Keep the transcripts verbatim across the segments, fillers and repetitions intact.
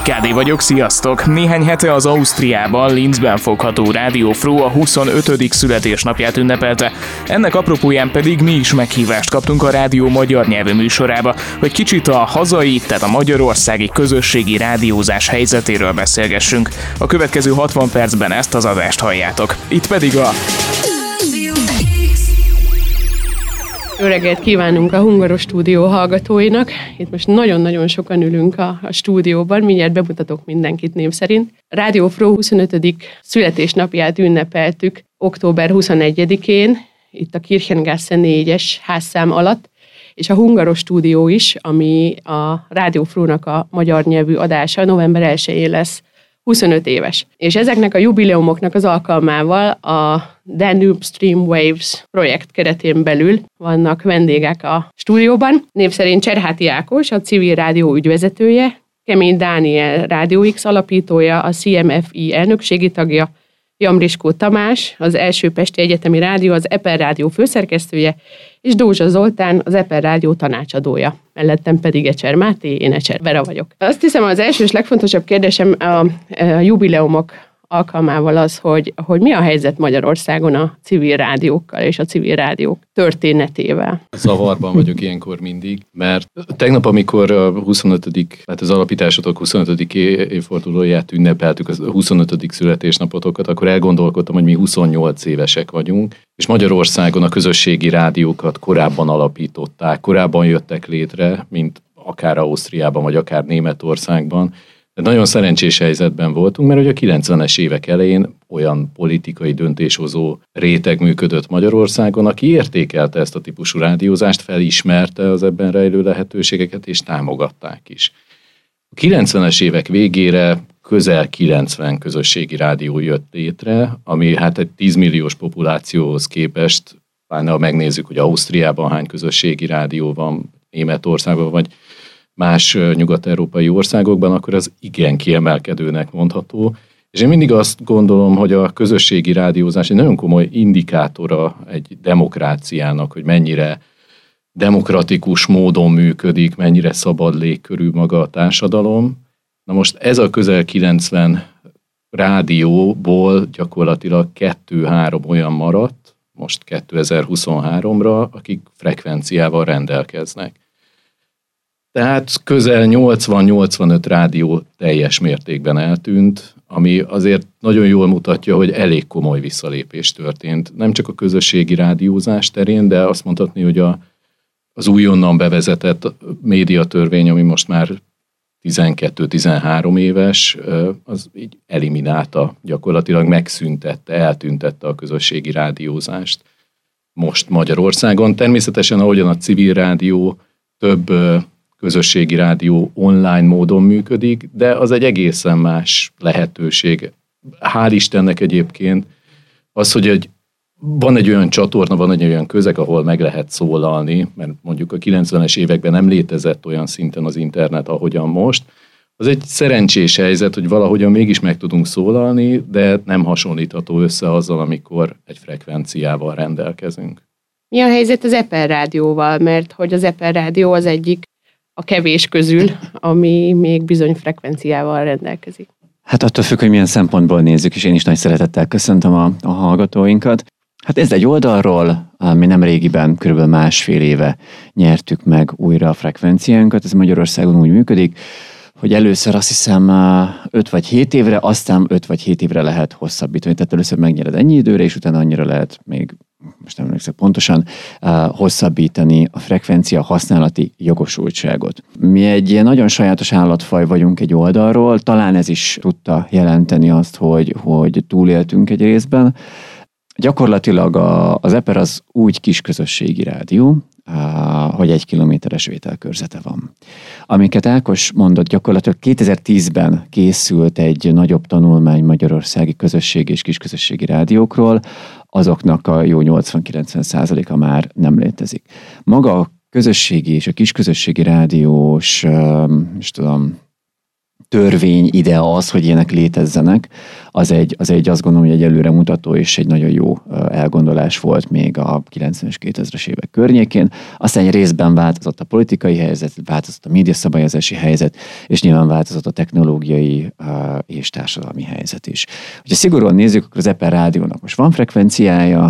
Kádé vagyok, sziasztok! Néhány hete az Ausztriában, Linzben fogható Rádió Fro a huszonötödik születésnapját ünnepelte. Ennek apropóján pedig mi is meghívást kaptunk a rádió magyar nyelvű műsorába, hogy kicsit a hazai, tehát a magyarországi közösségi rádiózás helyzetéről beszélgessünk. A következő hatvan percben ezt az adást halljátok. Itt pedig a... Jó reggelt kívánunk a Hungarostúdió hallgatóinak. Itt most nagyon-nagyon sokan ülünk a, a stúdióban, mindjárt bemutatok mindenkit név szerint. Rádió Fro huszonötödik születésnapját ünnepeltük október huszonegyedikén, itt a Kirchengasse négyes házszám alatt, és a Hungarostúdió is, ami a Rádió Frónak a magyar nyelvű adása, november elsején lesz huszonöt éves. És ezeknek a jubileumoknak az alkalmával a Danube Stream Waves projekt keretén belül vannak vendégek a stúdióban. Név szerint Cserháti Ákos, a civil rádió ügyvezetője, Kemény Dániel Rádió X alapítója, a C M F I elnökségi tagja, Jamriskó Tamás, az Első Pesti Egyetemi Rádió, az Eper Rádió főszerkesztője, és Dózsa Zoltán, az Eper Rádió tanácsadója. Mellettem pedig Ecser Máté, én Ecser Vera vagyok. Azt hiszem, az első és legfontosabb kérdésem a, a jubileumok alkalmával az, hogy, hogy mi a helyzet Magyarországon a civil rádiókkal és a civil rádiók történetével. Zavarban vagyok ilyenkor mindig, mert tegnap, amikor a huszonötödik hát az alapításotok huszonötödik évfordulóját ünnepeltük, a huszonötödik születésnapotokat, akkor elgondolkodtam, hogy mi huszonnyolc évesek vagyunk, és Magyarországon a közösségi rádiókat korábban alapították, korábban jöttek létre, mint akár Ausztriában, vagy akár Németországban. De nagyon szerencsés helyzetben voltunk, mert hogy a kilencvenes évek elején olyan politikai döntéshozó réteg működött Magyarországon, aki értékelte ezt a típusú rádiózást, felismerte az ebben rejlő lehetőségeket, és támogatták is. A kilencvenes évek végére közel kilencven közösségi rádió jött létre, ami hát egy tízmilliós populációhoz képest, pláne ha megnézzük, hogy Ausztriában hány közösségi rádió van, Németországban vagy más nyugat-európai országokban, akkor az igen kiemelkedőnek mondható. És én mindig azt gondolom, hogy a közösségi rádiózás egy nagyon komoly indikátora egy demokráciának, hogy mennyire demokratikus módon működik, mennyire szabad légkörű maga a társadalom. Na most ez a közel kilencven rádióból gyakorlatilag kettő-három olyan maradt, most kétezer-huszonháromra, akik frekvenciával rendelkeznek. Tehát közel nyolcvan-nyolcvanöt rádió teljes mértékben eltűnt, ami azért nagyon jól mutatja, hogy elég komoly visszalépés történt. Nem csak a közösségi rádiózás terén, de azt mondhatni, hogy a, az újonnan bevezetett médiatörvény, ami most már tizenkettő-tizenhárom éves, az így eliminálta, gyakorlatilag megszüntette, eltüntette a közösségi rádiózást most Magyarországon. Természetesen, ahogyan a civil rádió több közösségi rádió online módon működik, de az egy egészen más lehetőség. Hál' Istennek egyébként az, hogy egy, van egy olyan csatorna, van egy olyan közeg, ahol meg lehet szólalni, mert mondjuk a kilencvenes években nem létezett olyan szinten az internet, ahogyan most. Az egy szerencsés helyzet, hogy valahogyan mégis meg tudunk szólalni, de nem hasonlítható össze azzal, amikor egy frekvenciával rendelkezünk. Mi a helyzet az Eper Rádióval? Mert hogy az Eper Rádió az egyik a kevés közül, ami még bizony frekvenciával rendelkezik. Hát attól függ, hogy milyen szempontból nézzük, és én is nagy szeretettel köszöntöm a, a hallgatóinkat. Hát ez egy oldalról, mi nem régiben, körülbelül másfél éve nyertük meg újra a frekvenciánkat. Ez Magyarországon úgy működik, hogy először azt hiszem öt vagy hét évre, aztán öt vagy hét évre lehet hosszabbítani. Tehát először megnyered ennyi időre, és utána annyira lehet még, most nem emlékszem pontosan, hosszabbítani a frekvencia használati jogosultságot. Mi egy ilyen nagyon sajátos állatfaj vagyunk egy oldalról, talán ez is tudta jelenteni azt, hogy, hogy túléltünk egy részben. Gyakorlatilag a, az Eper az úgy kis közösségi rádió, hogy egy kilométeres vételkörzete van. Amiket Ákos mondott, gyakorlatilag kétezer-tízben készült egy nagyobb tanulmány magyarországi közösségi és kisközösségi rádiókról, azoknak a jó nyolcvan-kilencven százaléka már nem létezik. Maga a közösségi és a kisközösségi rádiós, és tudom, törvény ide az, hogy ilyenek létezzenek, az egy, az egy azt gondolom, hogy egy előremutató és egy nagyon jó elgondolás volt még a kilencvenes, kétezres évek környékén. Aztán egy részben változott a politikai helyzet, változott a médiaszabályozási helyzet, és nyilván változott a technológiai és társadalmi helyzet is. Ha szigorúan nézzük, akkor az Eper Rádiónak most van frekvenciája,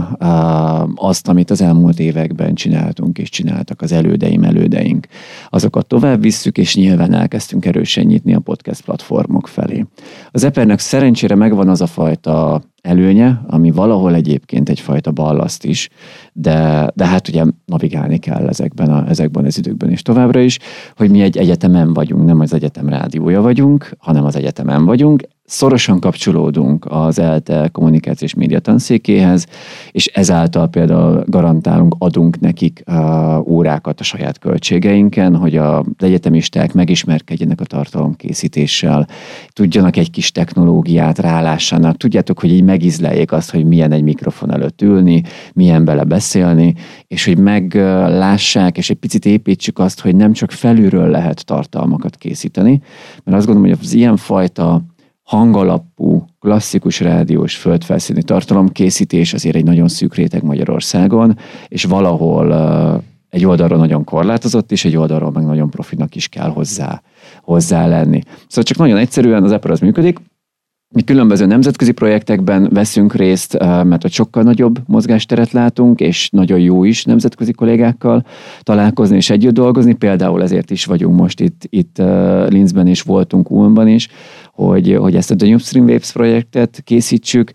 azt, amit az elmúlt években csináltunk és csináltak az elődeim, elődeink, azokat tovább visszük, és nyilván elkezdtünk erősen nyitni a podcast platformok felé. Az Epernek szerencsére megvan az a fajta előnye, ami valahol egyébként egyfajta ballaszt is, de, de hát ugye navigálni kell ezekben, a, ezekben az időkben is továbbra is, hogy mi egy egyetemen vagyunk, nem az egyetem rádiója vagyunk, hanem az egyetemen vagyunk, szorosan kapcsolódunk az ELTE kommunikációs média tanszékéhez, és ezáltal például garantálunk, adunk nekik uh, órákat a saját költségeinken, hogy az egyetemisták megismerkedjenek a tartalomkészítéssel, tudjanak egy kis technológiát rálássanak, tudjátok, hogy így megizleljék azt, hogy milyen egy mikrofon előtt ülni, milyen bele beszélni, és hogy meglássák, és egy picit építsük azt, hogy nem csak felülről lehet tartalmakat készíteni, mert azt gondolom, hogy az ilyenfajta hangalapú, klasszikus rádiós földfelszíni tartalomkészítés azért egy nagyon szűk réteg Magyarországon, és valahol uh, egy oldalról nagyon korlátozott, és egy oldalról meg nagyon profinak is kell hozzá, hozzá lenni. Szóval csak nagyon egyszerűen az Eper az működik. Mi különböző nemzetközi projektekben veszünk részt, mert hogy sokkal nagyobb mozgásteret látunk, és nagyon jó is nemzetközi kollégákkal találkozni és együtt dolgozni. Például ezért is vagyunk most itt, itt Linzben és voltunk Ulmban is, hogy, hogy ezt a The New Stream Waves projektet készítsük,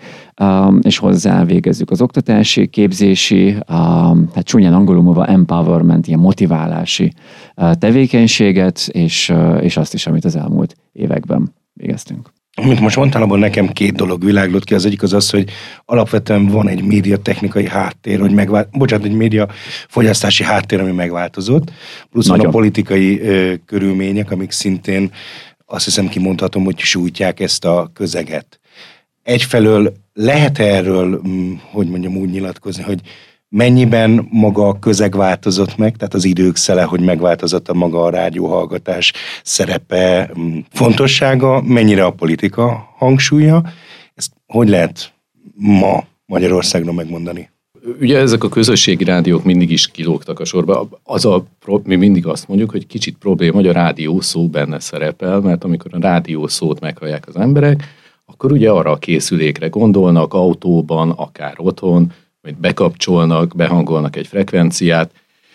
és hozzá végezzük az oktatási, képzési, hát csúnyán angolul mondva empowerment, ilyen motiválási tevékenységet, és, és azt is, amit az elmúlt években végeztünk. Amit most mondtál, abban nekem két dolog világlott ki. Az egyik az az, hogy alapvetően van egy médiatechnikai háttér, hogy megvált, bocsánat, egy média fogyasztási háttér, ami megváltozott, plusz Nagyon. van a politikai ö, körülmények, amik szintén azt hiszem kimondhatom, hogy sújtják ezt a közeget. Egyfelől lehet erről, hogy mondjam, úgy nyilatkozni, hogy mennyiben maga a közeg változott meg, tehát az idők szele, hogy megváltozott a maga a rádióhallgatás szerepe, fontossága, mennyire a politika hangsúlya, ezt hogy lehet ma Magyarországon megmondani? Ugye ezek a közösségi rádiók mindig is kilógtak a sorba. Az a, mi mindig azt mondjuk, hogy kicsit probléma, hogy a rádió szó benne szerepel, mert amikor a rádió szót meghallják az emberek, akkor ugye arra a készülékre gondolnak, autóban, akár otthon, hogy bekapcsolnak, behangolnak egy frekvenciát,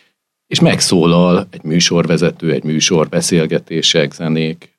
és megszólal egy műsorvezető, egy műsor, beszélgetések, zenék,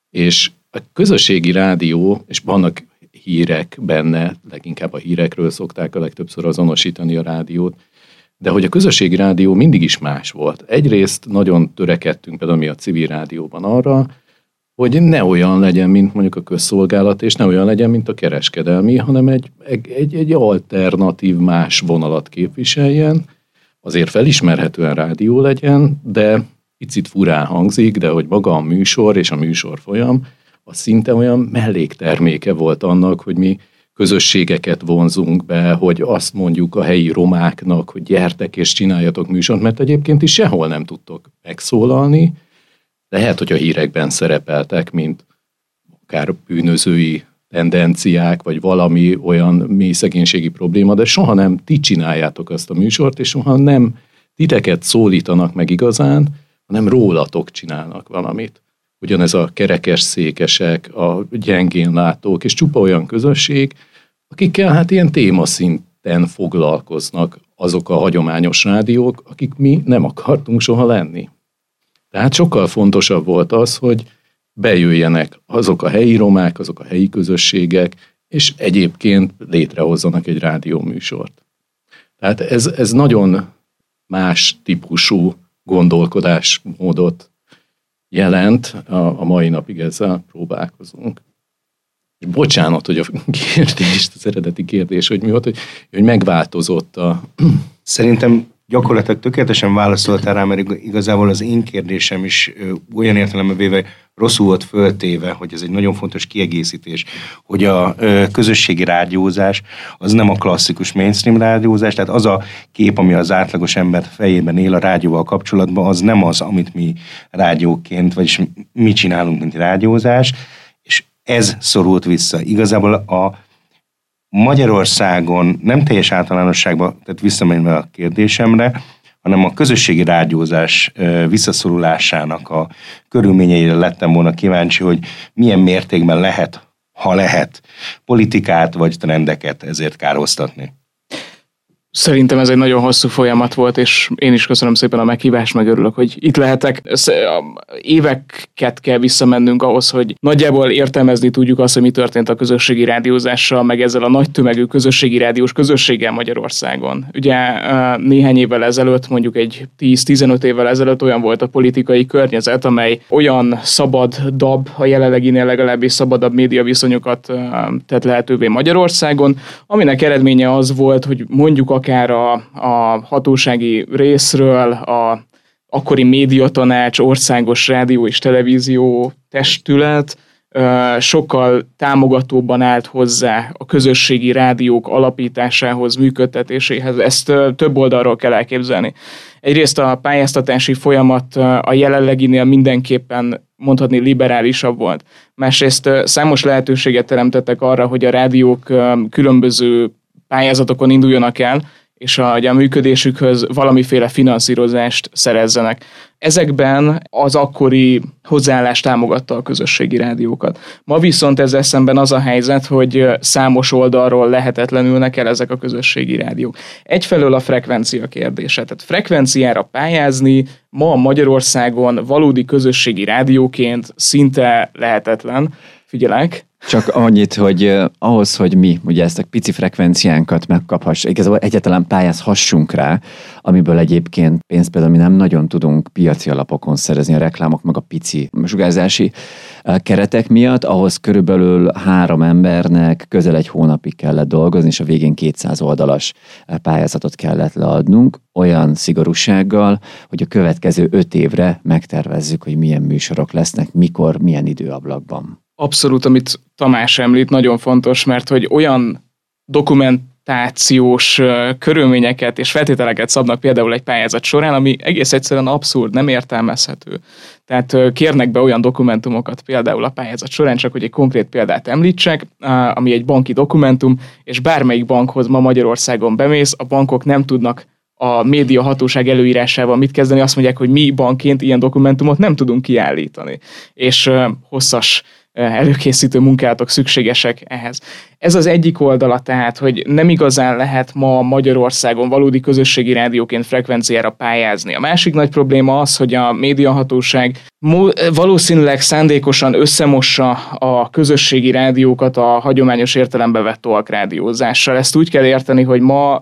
és a közösségi rádió, és vannak hírek benne, leginkább a hírekről szokták a legtöbbször azonosítani a rádiót, de hogy a közösségi rádió mindig is más volt. Egyrészt nagyon törekedtünk például mi a civil rádióban arra, hogy ne olyan legyen, mint mondjuk a közszolgálat, és ne olyan legyen, mint a kereskedelmi, hanem egy, egy, egy alternatív más vonalat képviseljen, azért felismerhetően rádió legyen, de picit furán hangzik, de hogy maga a műsor és a műsor folyam, az szinte olyan mellékterméke volt annak, hogy mi közösségeket vonzunk be, hogy azt mondjuk a helyi romáknak, hogy gyertek és csináljatok műsort, mert egyébként is sehol nem tudtok megszólalni. Lehet, hogy a hírekben szerepeltek, mint akár bűnözői tendenciák, vagy valami olyan mély szegénységi probléma, de soha nem ti csináljátok azt a műsort, és soha nem titeket szólítanak meg igazán, hanem rólatok csinálnak valamit. Ugyanez a kerekes székesek, a gyengén látók, és csupa olyan közösség, akikkel hát ilyen témaszinten foglalkoznak azok a hagyományos rádiók, akik mi nem akartunk soha lenni. Tehát sokkal fontosabb volt az, hogy bejöjjenek azok a helyi romák, azok a helyi közösségek, és egyébként létrehozzanak egy rádióműsort. Tehát ez, ez nagyon más típusú gondolkodásmódot jelent, a, a mai napig ezzel próbálkozunk. És bocsánat, hogy a kérdést, az eredeti kérdés, hogy mi volt, hogy, hogy megváltozott a... Szerintem gyakorlatilag tökéletesen válaszoltál rá, mert igazából az én kérdésem is olyan értelemben véve rosszul volt föltéve, hogy ez egy nagyon fontos kiegészítés, hogy a közösségi rádiózás az nem a klasszikus mainstream rádiózás, tehát az a kép, ami az átlagos ember fejében él a rádióval kapcsolatban, az nem az, amit mi rádióként, vagyis mi csinálunk, mint rádiózás, és ez szorult vissza. Igazából a Magyarországon nem teljes általánosságban, tehát visszamenve a kérdésemre, hanem a közösségi rádiózás visszaszorulásának a körülményeire lettem volna kíváncsi, hogy milyen mértékben lehet, ha lehet, politikát vagy trendeket ezért kárhoztatni. Szerintem ez egy nagyon hosszú folyamat volt, és én is köszönöm szépen a meghívást, meg örülök, hogy itt lehetek. Éveket kell visszamennünk ahhoz, hogy nagyjából értelmezni tudjuk azt, hogy mi történt a közösségi rádiózással, meg ezzel a nagy tömegű közösségi rádiós közösséggel Magyarországon. Ugye néhány évvel ezelőtt, mondjuk egy tíz-tizenöt évvel ezelőtt olyan volt a politikai környezet, amely olyan szabadabb, a jelenleginél legalábbis szabadabb médiaviszonyokat tett lehetővé Magyarországon, aminek eredménye az volt, hogy mondjuk akár a, a hatósági részről, a akkori médiatanács, országos rádió és televízió testület sokkal támogatóbban állt hozzá a közösségi rádiók alapításához, működtetéséhez. Ezt több oldalról kell elképzelni. Egyrészt a pályáztatási folyamat a jelenleginél mindenképpen mondhatni liberálisabb volt. Másrészt számos lehetőséget teremtettek arra, hogy a rádiók különböző pályázatokon induljanak el, és a, a működésükhöz valamiféle finanszírozást szerezzenek. Ezekben az akkori hozzáállás támogatta a közösségi rádiókat. Ma viszont ezzel szemben az a helyzet, hogy számos oldalról lehetetlenülnek el ezek a közösségi rádiók. Egyfelől a frekvencia kérdése. Tehát frekvenciára pályázni ma Magyarországon valódi közösségi rádióként szinte lehetetlen. Figyelek! Csak annyit, hogy uh, ahhoz, hogy mi ugye ezt a pici frekvenciánkat megkaphassuk, igazából egyáltalán pályázhassunk rá, amiből egyébként pénzt például mi nem nagyon tudunk piaci alapokon szerezni a reklámok meg a pici sugárzási uh, keretek miatt, ahhoz körülbelül három embernek közel egy hónapig kellett dolgozni, és a végén kétszáz oldalas uh, pályázatot kellett leadnunk, olyan szigorúsággal, hogy a következő öt évre megtervezzük, hogy milyen műsorok lesznek, mikor, milyen időablakban. Abszolút, amit Tamás említ, nagyon fontos, mert hogy olyan dokumentációs körülményeket és feltételeket szabnak például egy pályázat során, ami egész egyszerűen abszurd, nem értelmezhető. Tehát kérnek be olyan dokumentumokat például a pályázat során, csak hogy egy konkrét példát említsek, ami egy banki dokumentum, és bármelyik bankhoz ma Magyarországon bemész, a bankok nem tudnak a média hatóság előírásával mit kezdeni, azt mondják, hogy mi bankként ilyen dokumentumot nem tudunk kiállítani. És hosszas előkészítő munkálatok szükségesek ehhez. Ez az egyik oldala tehát, hogy nem igazán lehet ma Magyarországon valódi közösségi rádióként frekvenciára pályázni. A másik nagy probléma az, hogy a médiahatóság valószínűleg szándékosan összemossa a közösségi rádiókat a hagyományos értelembe vett tolkrádiózással. Ezt úgy kell érteni, hogy ma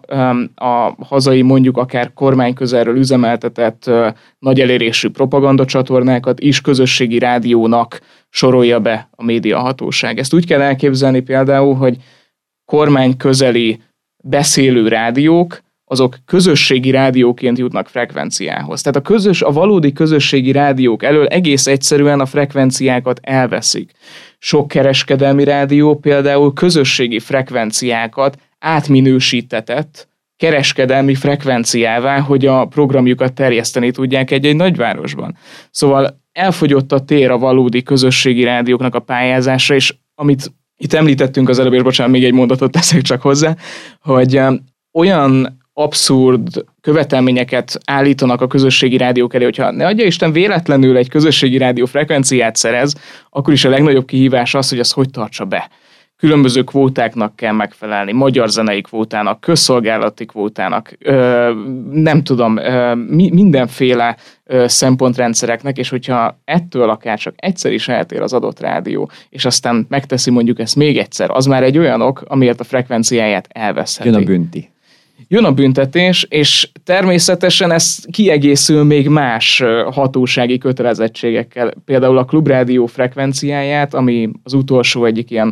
a hazai mondjuk akár kormányközelről üzemeltetett nagy elérésű propagandacsatornákat is közösségi rádiónak sorolja be a médiahatóság. Ezt úgy kell elképzelni például, hogy kormány közeli beszélő rádiók, azok közösségi rádióként jutnak frekvenciához. Tehát a, közös, a valódi közösségi rádiók elől egész egyszerűen a frekvenciákat elveszik. Sok kereskedelmi rádió például közösségi frekvenciákat átminősítetett kereskedelmi frekvenciává, hogy a programjukat terjeszteni tudják egy-egy nagyvárosban. Szóval elfogyott a tér a valódi közösségi rádióknak a pályázásra, és amit itt említettünk az előbb, és bocsánat, még egy mondatot teszek csak hozzá, hogy olyan abszurd követelményeket állítanak a közösségi rádiók elé, hogyha ne adja Isten véletlenül egy közösségi rádió frekvenciát szerez, akkor is a legnagyobb kihívás az, hogy azt hogy tartsa be. Különböző kvótáknak kell megfelelni, magyar zenei kvótának, közszolgálati kvótának, ö, nem tudom, ö, mi, mindenféle ö, szempontrendszereknek, és hogyha ettől akár csak egyszer is eltér az adott rádió, és aztán megteszi mondjuk ezt még egyszer, az már egy olyan ok, amiért a frekvenciáját elveszheti. Jön a bünti. Jön a büntetés, és természetesen ez kiegészül még más hatósági kötelezettségekkel. Például a klubrádió frekvenciáját, ami az utolsó egyik ilyen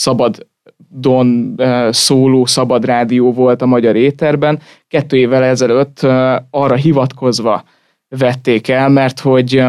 szabadon szóló szabad rádió volt a magyar éterben, kettő évvel ezelőtt arra hivatkozva vették el, mert hogy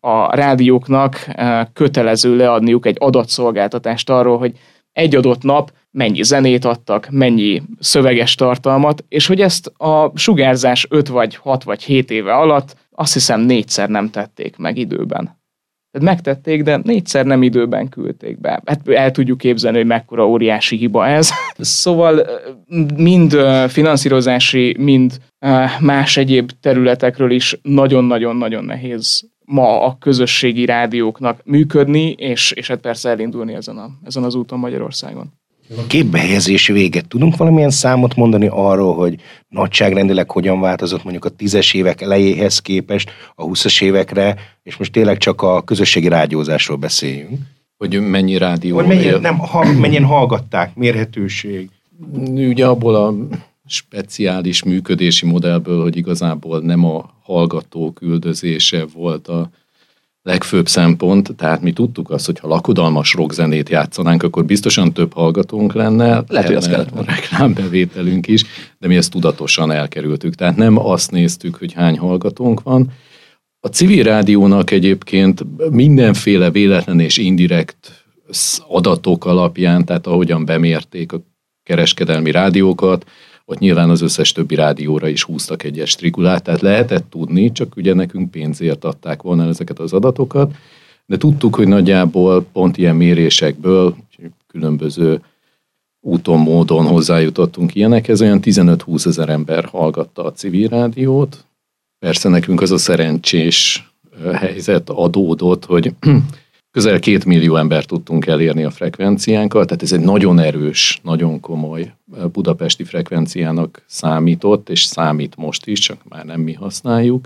a rádióknak kötelező leadniuk egy adatszolgáltatást arról, hogy egy adott nap mennyi zenét adtak, mennyi szöveges tartalmat, és hogy ezt a sugárzás öt vagy hat vagy hét éve alatt azt hiszem négyszer nem tették meg időben. Tehát megtették, de négyszer nem időben küldték be. Hát el tudjuk képzelni, hogy mekkora óriási hiba ez. Szóval mind finanszírozási, mind más egyéb területekről is nagyon-nagyon-nagyon nehéz ma a közösségi rádióknak működni, és, és hát persze elindulni ezen, a, ezen az úton Magyarországon. A képbehelyezés véget. Tudunk valamilyen számot mondani arról, hogy nagyságrendileg hogyan változott mondjuk a tízes évek elejéhez képest a húszas évekre, és most tényleg csak a közösségi rádiózásról beszéljünk. Hogy mennyi rádió... Hogy mennyien, nem, ha, mennyien hallgatták, mérhetőség. Ugye abból a speciális működési modellből, hogy igazából nem a hallgatók üldözése volt a legfőbb szempont, tehát mi tudtuk azt, hogy ha lakodalmas rockzenét játszanánk, akkor biztosan több hallgatónk lenne, lehet, hogy az kellett volna reklámbevételünk is, de mi ezt tudatosan elkerültük. Tehát nem azt néztük, hogy hány hallgatónk van. A civil rádiónak egyébként mindenféle véletlen és indirekt adatok alapján, tehát ahogyan bemérték a kereskedelmi rádiókat, ott nyilván az összes többi rádióra is húztak egyes strigulát, tehát lehetett tudni, csak ugye nekünk pénzért adták volna ezeket az adatokat, de tudtuk, hogy nagyjából pont ilyen mérésekből, különböző úton, módon hozzájutottunk ilyenekhez, olyan tizenöt-húsz ezer ember hallgatta a civil rádiót. Persze nekünk az a szerencsés helyzet adódott, hogy közel két millió ember tudtunk elérni a frekvenciánkkal, tehát ez egy nagyon erős, nagyon komoly budapesti frekvenciának számított, és számít most is, csak már nem mi használjuk.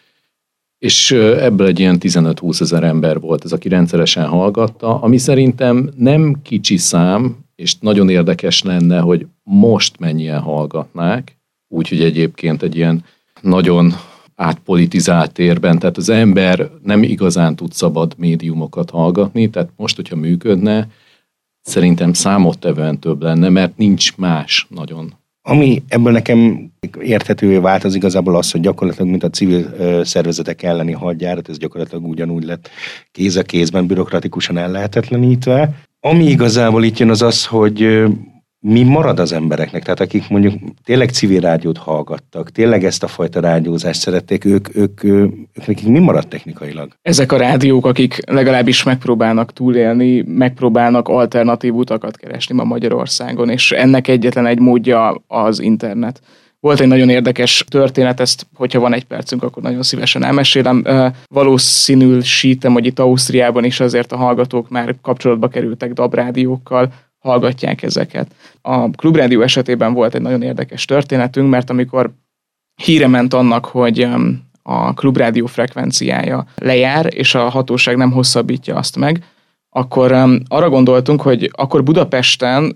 És ebből egy ilyen tizenöt-húsz ezer ember volt ez, aki rendszeresen hallgatta, ami szerintem nem kicsi szám, és nagyon érdekes lenne, hogy most mennyien hallgatnák, úgyhogy egyébként egy ilyen nagyon átpolitizált térben, tehát az ember nem igazán tud szabad médiumokat hallgatni, tehát most, hogyha működne, szerintem számottevően több lenne, mert nincs más nagyon. Ami ebből nekem érthetővé vált, az igazából az, hogy gyakorlatilag, mint a civil szervezetek elleni hadjárat, ez gyakorlatilag ugyanúgy lett kéz a kézben, bürokratikusan ellehetetlenítve. Ami igazából itt jön, az az, hogy mi marad az embereknek, tehát akik mondjuk tényleg civil rádiót hallgattak, tényleg ezt a fajta rádiózást szerették, ők, ők, ők, ők nekik mi maradt technikailag? Ezek a rádiók, akik legalábbis megpróbálnak túlélni, megpróbálnak alternatív utakat keresni ma Magyarországon, és ennek egyetlen egy módja az internet. Volt egy nagyon érdekes történet, ezt, hogyha van egy percünk, akkor nagyon szívesen elmesélem. Valószínűsítem, hogy itt Ausztriában is azért a hallgatók már kapcsolatba kerültek dab rádiókkal, hallgatják ezeket. A Klubrádió esetében volt egy nagyon érdekes történetünk, mert amikor híre ment annak, hogy a Klubrádió frekvenciája lejár, és a hatóság nem hosszabbítja azt meg, akkor arra gondoltunk, hogy akkor Budapesten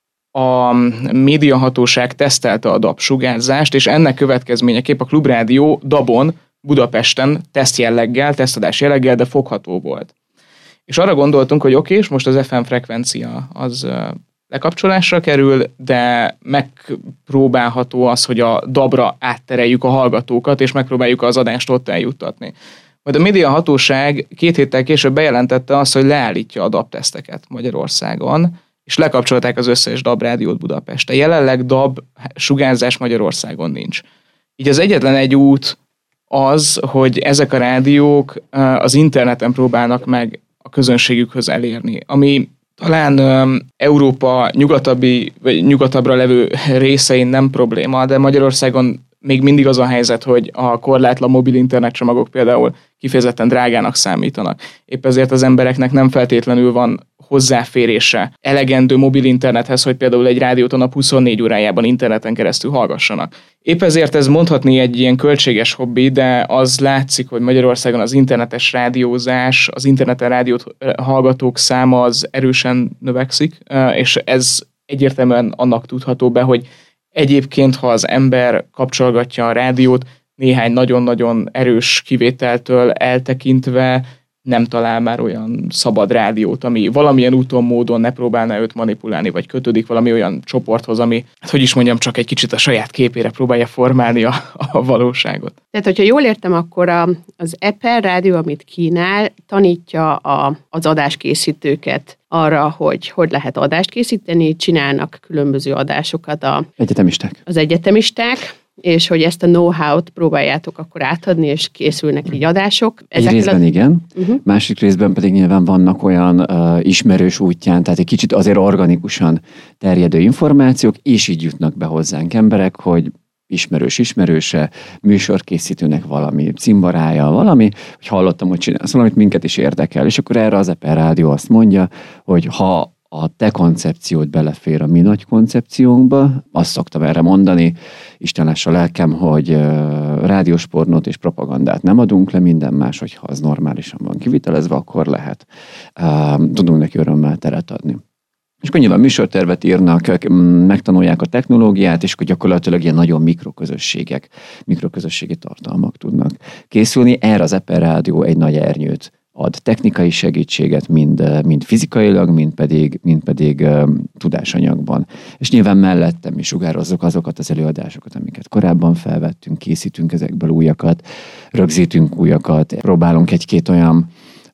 a médiahatóság tesztelte a dab sugárzást, és ennek következményeképp a Klubrádió dabon Budapesten tesztjelleggel, tesztadás jelleggel, de fogható volt. És arra gondoltunk, hogy oké, és most az ef em frekvencia az lekapcsolásra kerül, de megpróbálható az, hogy a dabra áttereljük a hallgatókat, és megpróbáljuk az adást ott eljuttatni. Majd a médiahatóság két héttel később bejelentette azt, hogy leállítja a dab-teszteket Magyarországon, és lekapcsolták az összes dab rádiót Budapesten. Jelenleg dab sugárzás Magyarországon nincs. Így az egyetlen egy út az, hogy ezek a rádiók az interneten próbálnak meg a közönségükhöz elérni, ami talán um, Európa nyugatabbi, vagy nyugatabbra levő részein nem probléma, de Magyarországon még mindig az a helyzet, hogy a korlátlan mobil internetcsomagok például kifejezetten drágának számítanak. Épp ezért az embereknek nem feltétlenül van hozzáférése elegendő mobil internethez, hogy például egy rádiót a nap huszonnégy órájában interneten keresztül hallgassanak. Épp ezért ez mondhatni egy ilyen költséges hobbi, de az látszik, hogy Magyarországon az internetes rádiózás, az interneten rádiót hallgatók száma az erősen növekszik, és ez egyértelműen annak tudható be, hogy egyébként, ha az ember kapcsolgatja a rádiót, néhány nagyon-nagyon erős kivételtől eltekintve nem talál már olyan szabad rádiót, ami valamilyen úton, módon ne próbálná őt manipulálni, vagy kötődik valami olyan csoporthoz, ami, hát hogy is mondjam, csak egy kicsit a saját képére próbálja formálni a, a valóságot. Tehát, hogyha jól értem, akkor a, az Apple rádió, amit kínál, tanítja a, az adáskészítőket arra, hogy hogy lehet adást készíteni, csinálnak különböző adásokat a, egyetemisták. az egyetemisták, és hogy ezt a know-how-t próbáljátok akkor átadni, és készülnek így adások. Egy részben a... igen, uh-huh. Másik részben pedig nyilván vannak olyan uh, ismerős útján, tehát egy kicsit azért organikusan terjedő információk, és így jutnak be hozzánk emberek, hogy ismerős ismerőse, műsorkészítőnek valami cimborája, valami, hogy hallottam, hogy csinálsz valamit, minket is érdekel. És akkor erre az Apple Rádió azt mondja, hogy ha a te koncepciód belefér a mi nagy koncepciónkba, azt szoktam erre mondani, Isten lássa lelkem, hogy uh, rádiós pornót és propagandát nem adunk le, minden más, hogyha az normálisan van kivitelezve, akkor lehet. Uh, tudunk neki örömmel teret adni. És akkor nyilván műsortervet írnak, megtanulják a technológiát, és akkor gyakorlatilag ilyen nagyon mikroközösségek, mikroközösségi tartalmak tudnak készülni. Erre az Apple Rádió egy nagy ernyőt ad technikai segítséget, mind, mind fizikailag, mind pedig, mind pedig uh, tudásanyagban. És nyilván mellettem is sugározzuk azokat az előadásokat, amiket korábban felvettünk, készítünk ezekből újakat, rögzítünk újakat, próbálunk egy-két olyan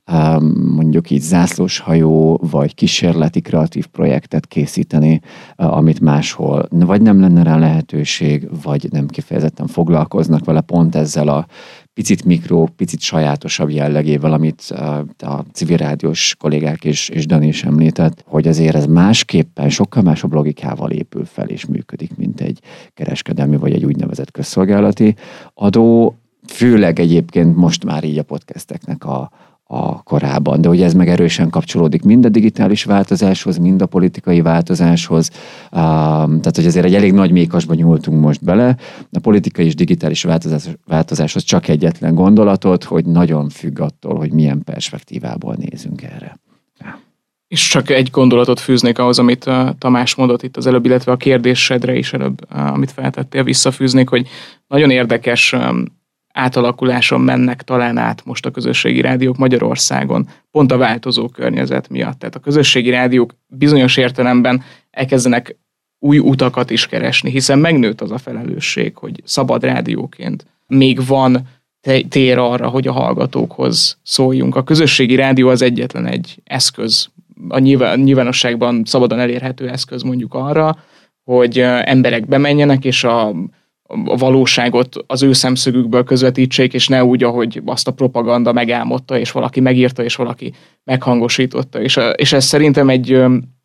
mondjuk így zászlóshajó, vagy kísérleti kreatív projektet készíteni, amit máshol vagy nem lenne rá lehetőség, vagy nem kifejezetten foglalkoznak vele, pont ezzel a picit mikro, picit sajátosabb jellegével, amit a civil rádiós kollégák is, és Dani is említett, hogy azért ez másképpen, sokkal másabb logikával épül fel és működik, mint egy kereskedelmi, vagy egy úgynevezett közszolgálati adó, főleg egyébként most már így a podcasteknek a a korában, de ugye ez meg erősen kapcsolódik mind a digitális változáshoz, mind a politikai változáshoz, tehát hogy azért egy elég nagy mékasba nyúltunk most bele, a politikai és digitális változás, változáshoz csak egyetlen gondolatot, hogy nagyon függ attól, hogy milyen perspektívából nézünk erre. Ja. És csak egy gondolatot fűznék ahhoz, amit Tamás mondott itt az előbb, illetve a kérdésedre is előbb, amit feltettél, visszafűznék, hogy nagyon érdekes átalakuláson mennek talán át most a közösségi rádiók Magyarországon, pont a változó környezet miatt. Tehát a közösségi rádiók bizonyos értelemben elkezdenek új utakat is keresni, hiszen megnőtt az a felelősség, hogy szabad rádióként még van tér arra, hogy a hallgatókhoz szóljunk. A közösségi rádió az egyetlen egy eszköz, a nyilvánosságban szabadon elérhető eszköz mondjuk arra, hogy emberek bemenjenek, és a a valóságot az ő szemszögükből közvetítsék, és ne úgy, ahogy azt a propaganda megálmodta, és valaki megírta, és valaki meghangosította. És, és ez szerintem egy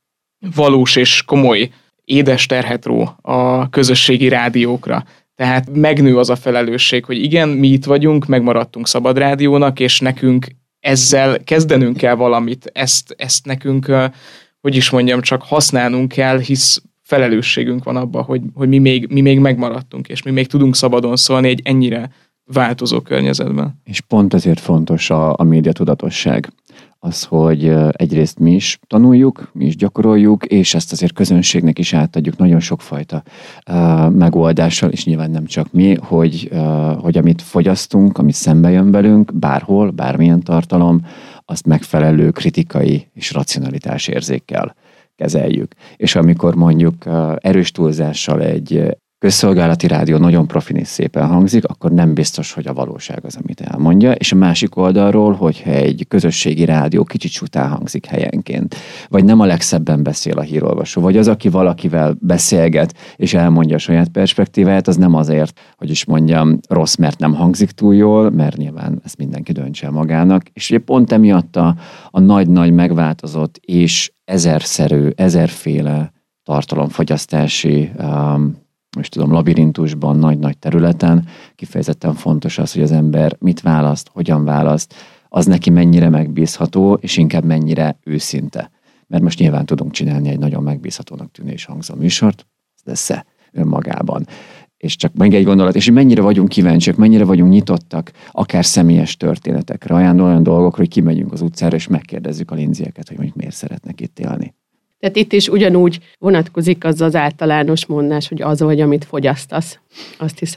valós és komoly édes terhet ró a közösségi rádiókra. Tehát megnő az a felelősség, hogy igen, mi itt vagyunk, megmaradtunk szabad rádiónak, és nekünk ezzel kezdenünk kell valamit, ezt, ezt nekünk, hogy is mondjam, csak használnunk kell, hisz felelősségünk van abban, hogy, hogy mi, még, mi még megmaradtunk, és mi még tudunk szabadon szólni egy ennyire változó környezetben. És pont ezért fontos a, a médiatudatosság. Az, hogy egyrészt mi is tanuljuk, mi is gyakoroljuk, és ezt azért közönségnek is átadjuk nagyon sokfajta uh, megoldással, és nyilván nem csak mi, hogy, uh, hogy amit fogyasztunk, amit szembe jön velünk, bárhol, bármilyen tartalom, azt megfelelő kritikai és racionalitás érzékkel kezeljük. És amikor mondjuk erős túlzással egy közszolgálati rádió nagyon profin és szépen hangzik, akkor nem biztos, hogy a valóság az, amit elmondja. És a másik oldalról, hogyha egy közösségi rádió kicsit csután hangzik helyenként, vagy nem a legszebben beszél a hírolvasó, vagy az, aki valakivel beszélget, és elmondja a saját perspektíváját, az nem azért, hogy is mondjam, rossz, mert nem hangzik túl jól, mert nyilván ezt mindenki döntse magának. És ugye pont emiatt a, a nagy-nagy megváltozott és ezerszerű, ezerféle tartalomfogyasztási um, most tudom, labirintusban, nagy-nagy területen kifejezetten fontos az, hogy az ember mit választ, hogyan választ, az neki mennyire megbízható, és inkább mennyire őszinte. Mert most nyilván tudunk csinálni egy nagyon megbízhatónak tűnő és hangzó műsort, lesz-e önmagában. És csak még egy gondolat, és mennyire vagyunk kíváncsiak, mennyire vagyunk nyitottak akár személyes történetekre, olyan, olyan dolgokra, hogy kimegyünk az utcára, és megkérdezzük a linzieket, hogy mondjuk miért szeretnek itt élni. Tehát itt is ugyanúgy vonatkozik az az általános mondás, hogy az vagy, amit fogyasztasz. Azt hiszem.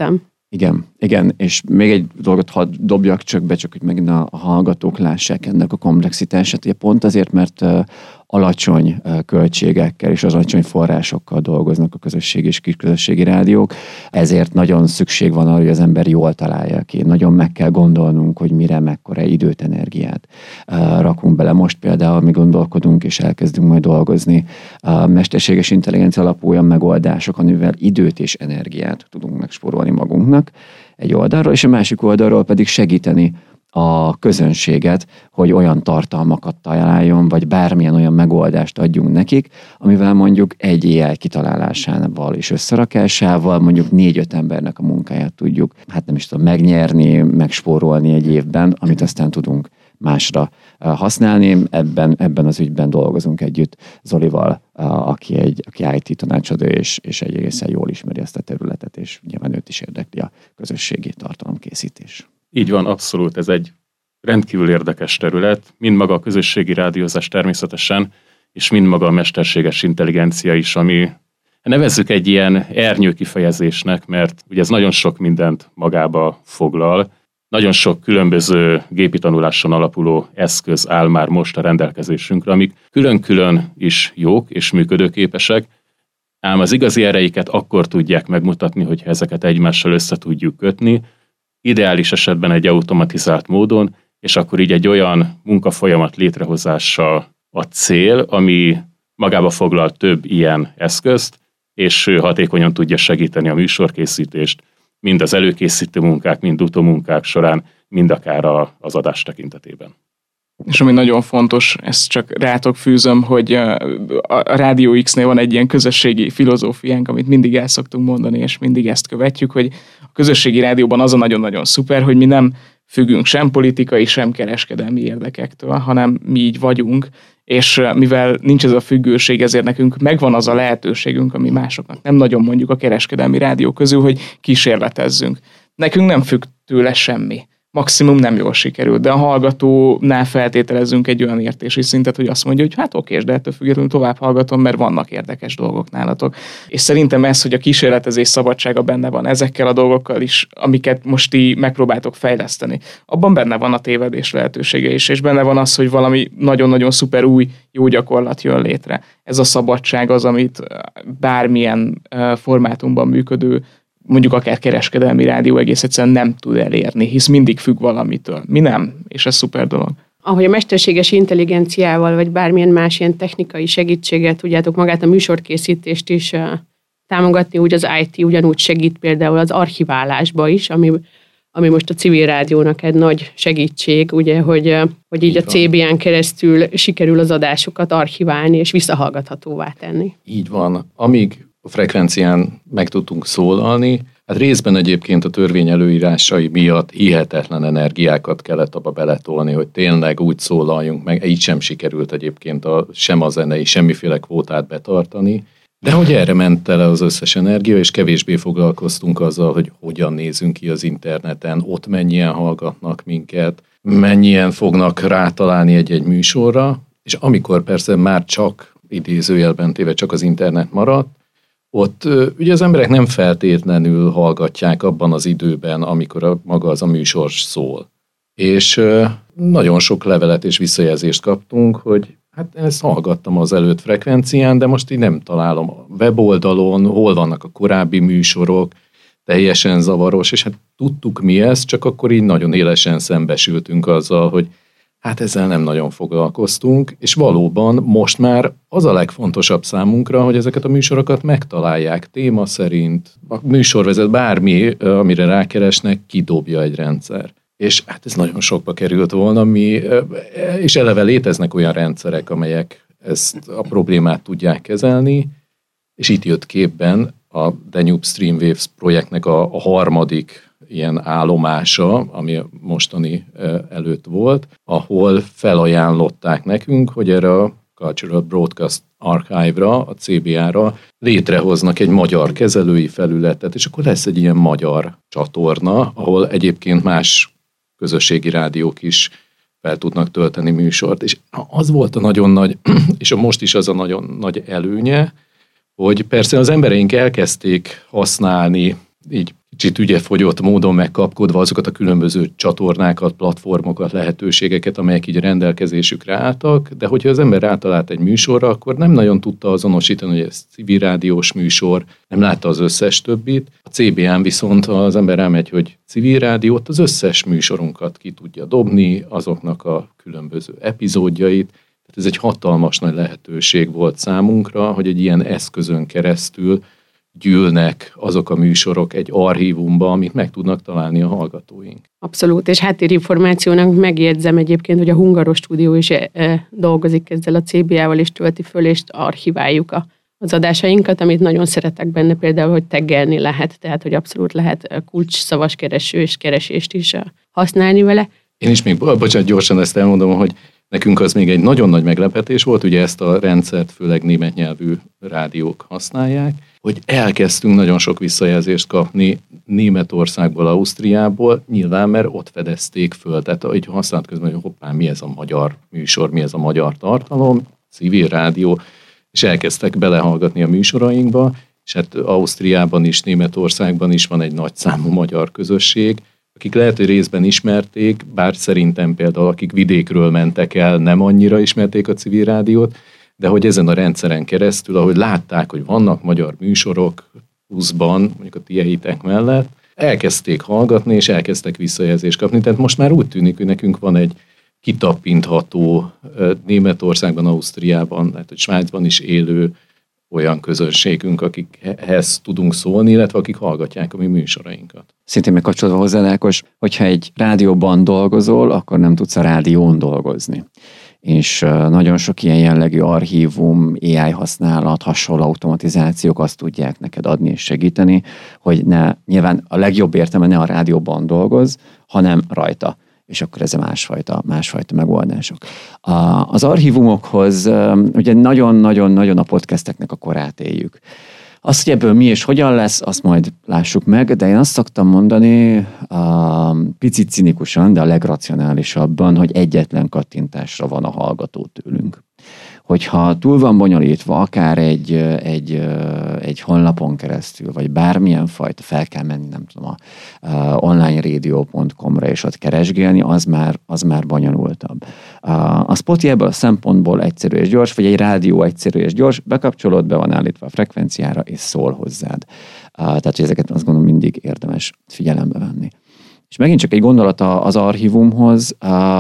Igen, igen, és még egy dolgot hadd dobjak csak be, csak hogy megint a hallgatók lássák ennek a komplexitását. Ugye pont azért, mert alacsony költségekkel és alacsony forrásokkal dolgoznak a közösségi és kisközösségi rádiók, ezért nagyon szükség van arra, hogy az ember jól találja ki. Nagyon meg kell gondolnunk, hogy mire, mekkora időt, energiát rakunk bele. Most például mi gondolkodunk és elkezdünk majd dolgozni a mesterséges intelligencia alapú olyan megoldások, amivel időt és energiát tudunk megspórolni magunknak egy oldalról, és a másik oldalról pedig segíteni a közönséget, hogy olyan tartalmakat találjon, vagy bármilyen olyan megoldást adjunk nekik, amivel mondjuk egy á i kitalálásával és összerakásával mondjuk négy-öt embernek a munkáját tudjuk, hát nem is tudom, megnyerni, megspórolni egy évben, amit aztán tudunk másra használni. Ebben, ebben az ügyben dolgozunk együtt Zolival, aki egy aki i té tanácsadó, és, és egy egészen jól ismeri ezt a területet, és nyilván őt is érdekli a közösségi tartalomkészítés. Így van, abszolút, ez egy rendkívül érdekes terület, mind maga a közösségi rádiózás természetesen, és mind maga a mesterséges intelligencia is, ami nevezzük egy ilyen ernyő kifejezésnek, mert ugye ez nagyon sok mindent magába foglal, nagyon sok különböző gépi tanuláson alapuló eszköz áll már most a rendelkezésünkre, amik külön-külön is jók és működőképesek, ám az igazi ereiket akkor tudják megmutatni, hogyha ezeket egymással össze tudjuk kötni, ideális esetben egy automatizált módon, és akkor így egy olyan munkafolyamat létrehozása a cél, ami magába foglal több ilyen eszközt, és hatékonyan tudja segíteni a műsorkészítést, mind az előkészítő munkák, mind utómunkák során, mind akár a, az adás tekintetében. És ami nagyon fontos, ezt csak rátok fűzöm, hogy a Rádió X-nél van egy ilyen közösségi filozófiánk, amit mindig el szoktunk mondani, és mindig ezt követjük, hogy a közösségi rádióban az a nagyon-nagyon szuper, hogy mi nem függünk sem politikai, sem kereskedelmi érdekektől, hanem mi így vagyunk, és mivel nincs ez a függőség, ezért nekünk megvan az a lehetőségünk, ami másoknak nem nagyon mondjuk a kereskedelmi rádió közül, hogy kísérletezzünk. Nekünk nem függ tőle semmi. Maximum nem jól sikerült, de a hallgatónál feltételezünk egy olyan értési szintet, hogy azt mondja, hogy hát oké, de ettől függetlenül tovább hallgatom, mert vannak érdekes dolgok nálatok. És szerintem ez, hogy a kísérletezés szabadsága benne van ezekkel a dolgokkal is, amiket most ti megpróbáltok fejleszteni. Abban benne van a tévedés lehetősége is, és benne van az, hogy valami nagyon-nagyon szuper új, jó gyakorlat jön létre. Ez a szabadság az, amit bármilyen formátumban működő, mondjuk akár kereskedelmi rádió egész egyszerűen nem tud elérni, hisz mindig függ valamitől. Mi nem, és ez szuper dolog. Ahogy a mesterséges intelligenciával, vagy bármilyen más ilyen technikai segítséggel tudjátok magát a műsorkészítést is uh, támogatni, úgy az i té ugyanúgy segít például az archiválásba is, ami, ami most a civil rádiónak egy nagy segítség, ugye, hogy, uh, hogy így, így a cé bé en keresztül sikerül az adásokat archiválni és visszahallgathatóvá tenni. Így van. Amíg a frekvencián meg tudtunk szólalni. Hát részben egyébként a törvény előírásai miatt hihetetlen energiákat kellett abba beletolni, hogy tényleg úgy szólaljunk meg. Így sem sikerült egyébként a, sem a zenei, semmiféle kvótát betartani. De hogy erre ment el az összes energia, és kevésbé foglalkoztunk azzal, hogy hogyan nézünk ki az interneten, ott mennyien hallgatnak minket, mennyien fognak rátalálni egy-egy műsorra, és amikor persze már csak idézőjelben téve csak az internet maradt, ott ugye az emberek nem feltétlenül hallgatják abban az időben, amikor a, maga az a műsor szól. És nagyon sok levelet és visszajelzést kaptunk, hogy hát ezt hallgattam az előtt frekvencián, de most így nem találom a weboldalon, hol vannak a korábbi műsorok, teljesen zavaros, és hát tudtuk mi ez, csak akkor így nagyon élesen szembesültünk azzal, hogy hát ezzel nem nagyon foglalkoztunk, és valóban most már az a legfontosabb számunkra, hogy ezeket a műsorokat megtalálják téma szerint. A műsorvezet bármi, amire rákeresnek, kidobja egy rendszer. És hát ez nagyon sokba került volna, mi, és eleve léteznek olyan rendszerek, amelyek ezt a problémát tudják kezelni, és itt jött képben a Danube Streamwaves projektnek a, a harmadik ilyen állomása, ami mostani előtt volt, ahol felajánlották nekünk, hogy erre a Cultural Broadcast Archive-ra, a cé bé á-ra létrehoznak egy magyar kezelői felületet, és akkor lesz egy ilyen magyar csatorna, ahol egyébként más közösségi rádiók is fel tudnak tölteni műsort. És az volt a nagyon nagy, és most is az a nagyon nagy előnye, hogy persze az embereink elkezdték használni így kicsit ügyefogyott módon megkapkodva azokat a különböző csatornákat, platformokat, lehetőségeket, amelyek így rendelkezésükre álltak, de hogyha az ember rátalált egy műsorra, akkor nem nagyon tudta azonosítani, hogy ez civil rádiós műsor, nem látta az összes többit. A cé bé án viszont az ember rámegy, hogy civil rádiót, az összes műsorunkat ki tudja dobni, azoknak a különböző epizódjait. Tehát ez egy hatalmas nagy lehetőség volt számunkra, hogy egy ilyen eszközön keresztül gyűlnek azok a műsorok egy archívumba, amit meg tudnak találni a hallgatóink. Abszolút, és háttérinformációnak megjegyzem egyébként, hogy a Hungaros Stúdió is e, dolgozik ezzel a cé bé á-val, és tölti föl, és archiváljuk a, az adásainkat, amit nagyon szeretek benne például, hogy taggelni lehet, tehát hogy abszolút lehet kulcs szavas kereső és keresést is használni vele. Én is még, bocsánat, gyorsan ezt elmondom, hogy nekünk az még egy nagyon nagy meglepetés volt, ugye ezt a rendszert főleg német nyelvű rádiók használják, hogy elkezdtünk nagyon sok visszajelzést kapni Németországból, Ausztriából, nyilván, mert ott fedezték föl. Tehát így használt közben, hogy hoppá, mi ez a magyar műsor, mi ez a magyar tartalom, civil rádió, és elkezdtek belehallgatni a műsorainkba, és hát Ausztriában is, Németországban is van egy nagy számú magyar közösség, akik lehet, hogy részben ismerték, bár szerintem például akik vidékről mentek el, nem annyira ismerték a civil rádiót, de hogy ezen a rendszeren keresztül, ahogy látták, hogy vannak magyar műsorok pluszban, mondjuk a tieitek mellett, elkezdték hallgatni, és elkezdtek visszajelzést kapni. Tehát most már úgy tűnik, hogy nekünk van egy kitapintható Németországban, Ausztriában, lehet, hogy Svájcban is élő olyan közönségünk, akikhez tudunk szólni, illetve akik hallgatják a mi műsorainkat. Szintén megkapcsolva hozzá, Ákos, hogyha egy rádióban dolgozol, akkor nem tudsz a rádión dolgozni. És nagyon sok ilyen jellegű archívum, á i használat, hasonló automatizációk azt tudják neked adni és segíteni, hogy ne, nyilván a legjobb értelme ne a rádióban dolgoz, hanem rajta. És akkor ez a másfajta, másfajta megoldások. Az archívumokhoz ugye nagyon-nagyon-nagyon a podcasteknek a korát éljük. Azt, hogy ebből mi és hogyan lesz, azt majd lássuk meg, de én azt szoktam mondani, picit cinikusan, de a legracionálisabban, hogy egyetlen kattintásra van a hallgató tőlünk. Hogyha túl van bonyolítva, akár egy, egy, egy honlapon keresztül, vagy bármilyen fajta, fel kell menni, nem tudom, a online radio pont com-ra és ott keresgélni, az már, az már bonyolultabb. A Spotify ebből a szempontból egyszerű és gyors, vagy egy rádió egyszerű és gyors, bekapcsolod, be van állítva a frekvenciára, és szól hozzád. Tehát, hogy ezeket azt gondolom mindig érdemes figyelembe venni. És megint csak egy gondolat az archívumhoz,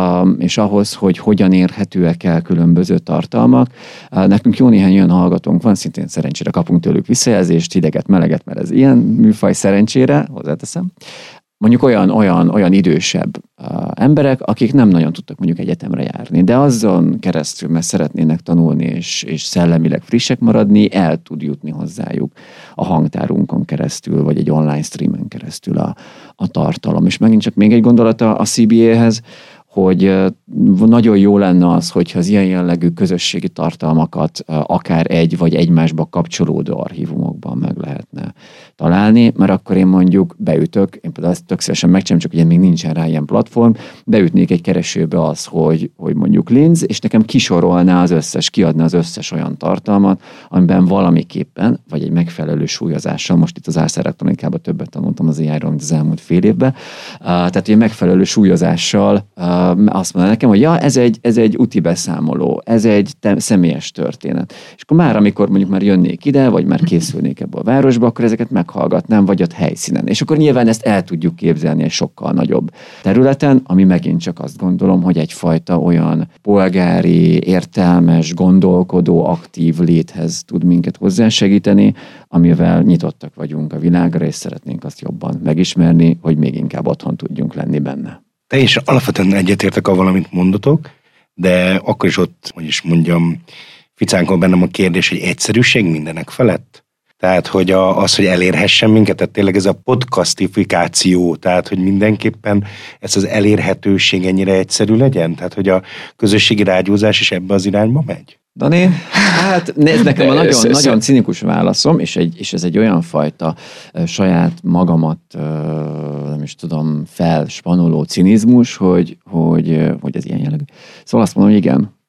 és ahhoz, hogy hogyan érhetőek el különböző tartalmak. Nekünk jó néhány olyan hallgatónk van, szintén szerencsére kapunk tőlük visszajelzést, hideget, meleget, mert ez ilyen műfaj szerencsére, hozzáteszem. Mondjuk olyan, olyan, olyan idősebb uh, emberek, akik nem nagyon tudtak mondjuk egyetemre járni, de azon keresztül, mert szeretnének tanulni és, és szellemileg frissek maradni, el tud jutni hozzájuk a hangtárunkon keresztül, vagy egy online streamen keresztül a, a tartalom. És megint csak még egy gondolata a cé bé á-hez, hogy nagyon jó lenne az, hogyha az ilyen jellegű közösségi tartalmakat akár egy vagy egymásba kapcsolódó archívumokban meg lehetne találni, mert akkor én mondjuk beütök, én például ezt tök szívesen megcsinálom, csak ugye még nincsen rá ilyen platform, beütnék egy keresőbe az, hogy, hogy mondjuk Linz, és nekem kisorolná az összes, kiadna az összes olyan tartalmat, amiben valamiképpen, vagy egy megfelelő súlyozással, most itt az Ars Electronicában többet tanultam az á i-ról, mint az elmúlt fél évben, tehát hogy megfelelő súlyozással azt mondja nekem, hogy ja, ez egy, ez egy úti beszámoló, ez egy te- személyes történet. És akkor már, amikor mondjuk már jönnék ide, vagy már készülnék ebbe a városba, akkor ezeket meghallgatnám, vagy ott helyszínen. És akkor nyilván ezt el tudjuk képzelni egy sokkal nagyobb területen, ami megint csak azt gondolom, hogy egyfajta olyan polgári, értelmes, gondolkodó, aktív léthez tud minket hozzásegíteni, amivel nyitottak vagyunk a világra, és szeretnénk azt jobban megismerni, hogy még inkább otthon tudjunk lenni benne. Teljesen alapvetően egyetértek avval, amit mondotok, de akkor is ott, hogy is mondjam, ficánkon bennem a kérdés, hogy egyszerűség mindenek felett. Tehát, hogy a, az, hogy elérhessen minket, tehát tényleg ez a podcastifikáció, tehát, hogy mindenképpen ez az elérhetőség ennyire egyszerű legyen? Tehát, hogy a közösségi rádiózás is ebbe az irányba megy? Dani, hát nézd, nekem a nagyon, nagyon cinikus válaszom, és, egy, és ez egy olyan fajta uh, saját magamat, uh, nem is tudom, felspanoló cinizmus, hogy, hogy, uh, hogy ez ilyen jellegű. Szóval azt mondom, hogy igen.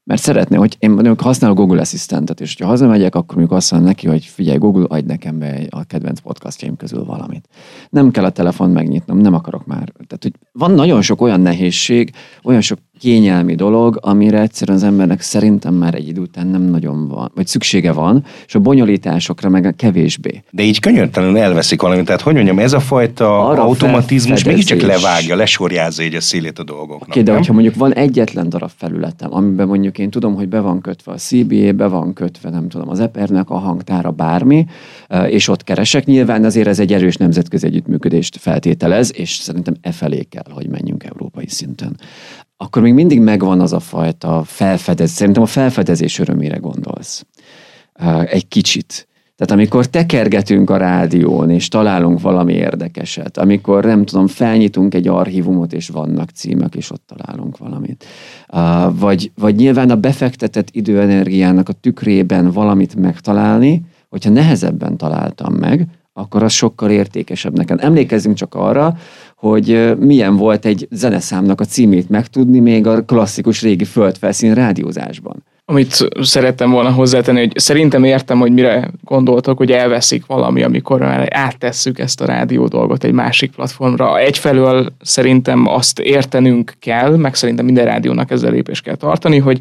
Mert szeretné, hogy én mondjuk használok Google Assistantet, és ha hazamegyek, akkor mondjuk azt mondom neki, hogy figyelj Google, adj nekem be a kedvenc podcastjaim közül valamit. Nem kell a telefon megnyitnom, nem akarok már. Tehát, hogy van nagyon sok olyan nehézség, olyan sok kényelmi dolog, amire egyszerűen az embernek szerintem már egy idő után nem nagyon van, vagy szüksége van, és a bonyolításokra meg kevésbé. De így könyörtelenül elveszik valamit. Tehát, hogy mondjam, ez a fajta arra automatizmus mégiscsak levágja, lesorjázza így a szélét a dolgoknak. Oké, de hogyha mondjuk van egyetlen darab felületem, amiben mondjuk én tudom, hogy be van kötve a cé bé á, be van kötve, nem tudom, az Epernek a hangtára, bármi, és ott keresek, nyilván azért ez egy erős nemzetközi együttműködést feltételez, és szerintem e felé kell, hogy menjünk európai szinten. Akkor még mindig megvan az a fajta felfedezés. Szerintem a felfedezés örömére gondolsz. Egy kicsit. Tehát amikor tekergetünk a rádión, és találunk valami érdekeset, amikor nem tudom, felnyitunk egy archívumot, és vannak címek, és ott találunk valamit. Vagy, vagy nyilván a befektetett időenergiának a tükrében valamit megtalálni, hogyha nehezebben találtam meg, akkor az sokkal értékesebb nekem. Emlékezzünk csak arra, hogy milyen volt egy zeneszámnak a címét megtudni még a klasszikus régi földfelszín rádiózásban. Amit szerettem volna hozzátenni, hogy szerintem értem, hogy mire gondoltok, hogy elveszik valami, amikor már áttesszük ezt a rádió dolgot egy másik platformra. Egyfelől szerintem azt értenünk kell, meg szerintem minden rádiónak ezzel lépést kell tartani, hogy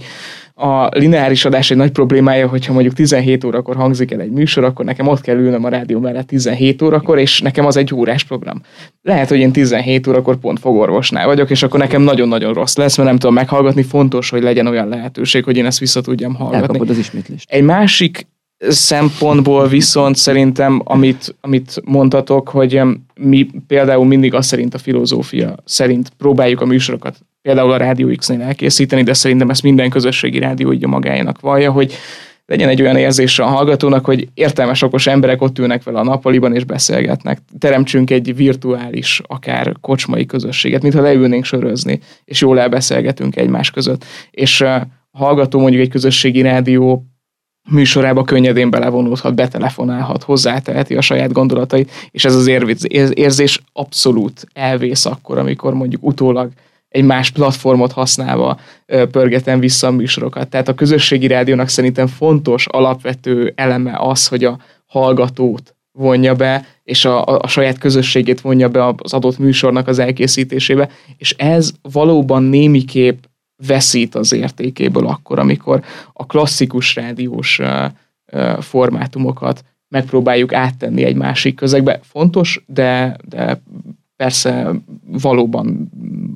a lineáris adás egy nagy problémája, hogyha mondjuk tizenhét órakor hangzik el egy műsor, akkor nekem ott kell ülnöm a rádió mellett tizenhét órakor, és nekem az egy órás program. Lehet, hogy én tizenhét órakor pont fogorvosnál vagyok, és akkor nekem nagyon-nagyon rossz lesz, mert nem tudom meghallgatni, fontos, hogy legyen olyan lehetőség, hogy én ezt vissza tudjam hallgatni. Elkapod az ismétlést. Egy másik szempontból viszont szerintem, amit, amit mondtatok, hogy mi például mindig azt szerint a filozófia szerint próbáljuk a műsorokat például a Rádió X-nél elkészíteni, de szerintem ezt minden közösségi rádió így a magáénak vallja, hogy legyen egy olyan érzése a hallgatónak, hogy értelmes, okos emberek ott ülnek vele a nappaliban és beszélgetnek. Teremtsünk egy virtuális, akár kocsmai közösséget, mintha leülnénk sörözni, és jól elbeszélgetünk egymás között. És a hallgató mondjuk egy közösségi rádió műsorába könnyedén belevonódhat, betelefonálhat, hozzáteheti a saját gondolatait, és ez az érzés abszolút elvész akkor, amikor mondjuk utólag egy más platformot használva pörgetem vissza a műsorokat. Tehát a közösségi rádiónak szerintem fontos, alapvető eleme az, hogy a hallgatót vonja be, és a, a, a saját közösségét vonja be az adott műsornak az elkészítésébe, és ez valóban némiképp veszít az értékéből akkor, amikor a klasszikus rádiós uh, uh, formátumokat megpróbáljuk áttenni egy másik közegbe. Fontos, de, de persze valóban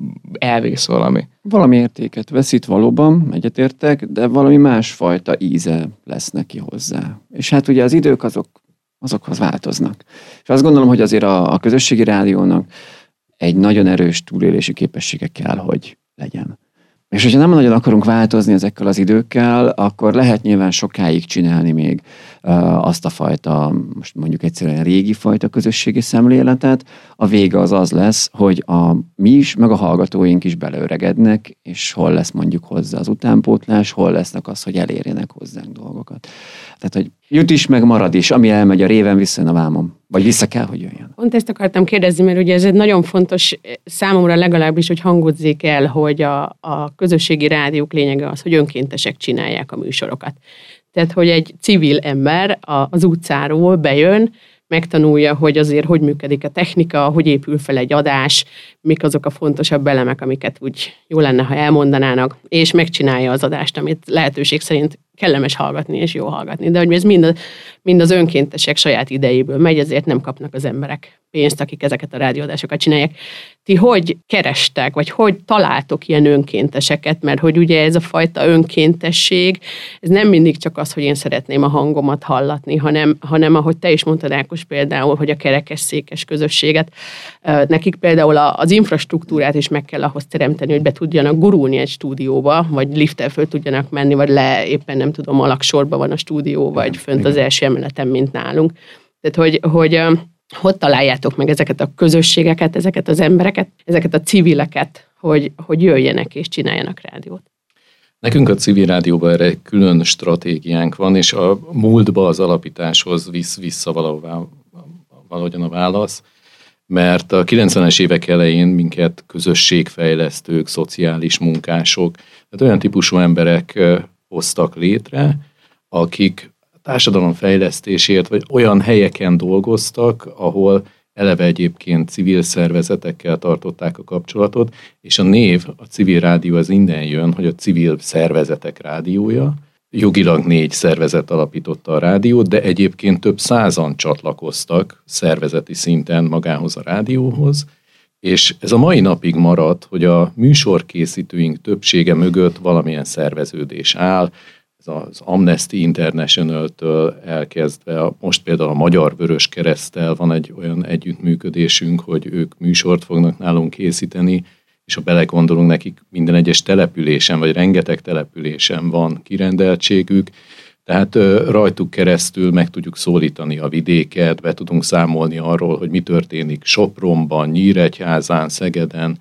elvész valami. Valami értéket veszít valóban, egyetértek, de valami másfajta íze lesz neki hozzá. És hát ugye az idők azok, azokhoz változnak. És azt gondolom, hogy azért a, a közösségi rádiónak egy nagyon erős túlélési képessége kell, hogy legyen. És hogyha nem nagyon akarunk változni ezekkel az időkkel, akkor lehet nyilván sokáig csinálni még uh, azt a fajta, most mondjuk egyszerűen régi fajta közösségi szemléletet. A vége az az lesz, hogy a, mi is, meg a hallgatóink is beleöregednek, és hol lesz mondjuk hozzá az utánpótlás, hol lesznek az, hogy elérjenek hozzánk dolgokat. Tehát, hogy jut is, meg marad is, ami elmegy a réven, visszajön a vámom. Vagy vissza kell, hogy jöjjön. Pont ezt akartam kérdezni, mert ugye ez egy nagyon fontos számomra legalábbis, hogy hangozzék el, hogy a, a közösségi rádiók lényege az, hogy önkéntesek csinálják a műsorokat. Tehát, hogy egy civil ember az utcáról bejön, megtanulja, hogy azért hogy működik a technika, hogy épül fel egy adás, mik azok a fontosabb elemek, amiket úgy jó lenne, ha elmondanának, és megcsinálja az adást, amit lehetőség szerint kellemes hallgatni és jó hallgatni. De hogy ez mind, a, mind az önkéntesek saját idejéből megy, ezért nem kapnak az emberek pénzt, akik ezeket a rádióadásokat csinálják. Ti hogy kerestek, vagy hogy találtok ilyen önkénteseket? Mert hogy ugye ez a fajta önkéntesség, ez nem mindig csak az, hogy én szeretném a hangomat hallatni, hanem, hanem ahogy te is mondtad, Ákos, például, hogy a kerekesszékes közösséget, nekik például az infrastruktúrát is meg kell ahhoz teremteni, hogy be tudjanak gurulni egy stúdióba, vagy lifttel föl tudjanak menni, vagy le éppen nem tudom, alaksorban van a stúdió, vagy fönt az első emeleten, mint nálunk. Tehát, hogy, hogy hogy találjátok meg ezeket a közösségeket, ezeket az embereket, ezeket a civileket, hogy, hogy jöjjenek és csináljanak rádiót? Nekünk a civil rádióban erre egy külön stratégiánk van, és a múltba az alapításhoz visz vissza valahová, valahogyan a válasz. mert a kilencvenes évek elején minket közösségfejlesztők, szociális munkások, tehát olyan típusú emberek hoztak létre, akik társadalomfejlesztésért, vagy olyan helyeken dolgoztak, ahol eleve egyébként civil szervezetekkel tartották a kapcsolatot, és a név, a civil rádió az innen jön, hogy a civil szervezetek rádiója. Jogilag négy szervezet alapította a rádiót, de egyébként több százan csatlakoztak szervezeti szinten magához a rádióhoz, és ez a mai napig maradt, hogy a műsorkészítőink többsége mögött valamilyen szerveződés áll, ez az Amnesty International-től elkezdve, most például a Magyar Vöröskereszttel van egy olyan együttműködésünk, hogy ők műsort fognak nálunk készíteni, és ha belegondolunk, nekik minden egyes településen, vagy rengeteg településen van kirendeltségük, tehát rajtuk keresztül meg tudjuk szólítani a vidéket, be tudunk számolni arról, hogy mi történik Sopronban, Nyíregyházán, Szegeden,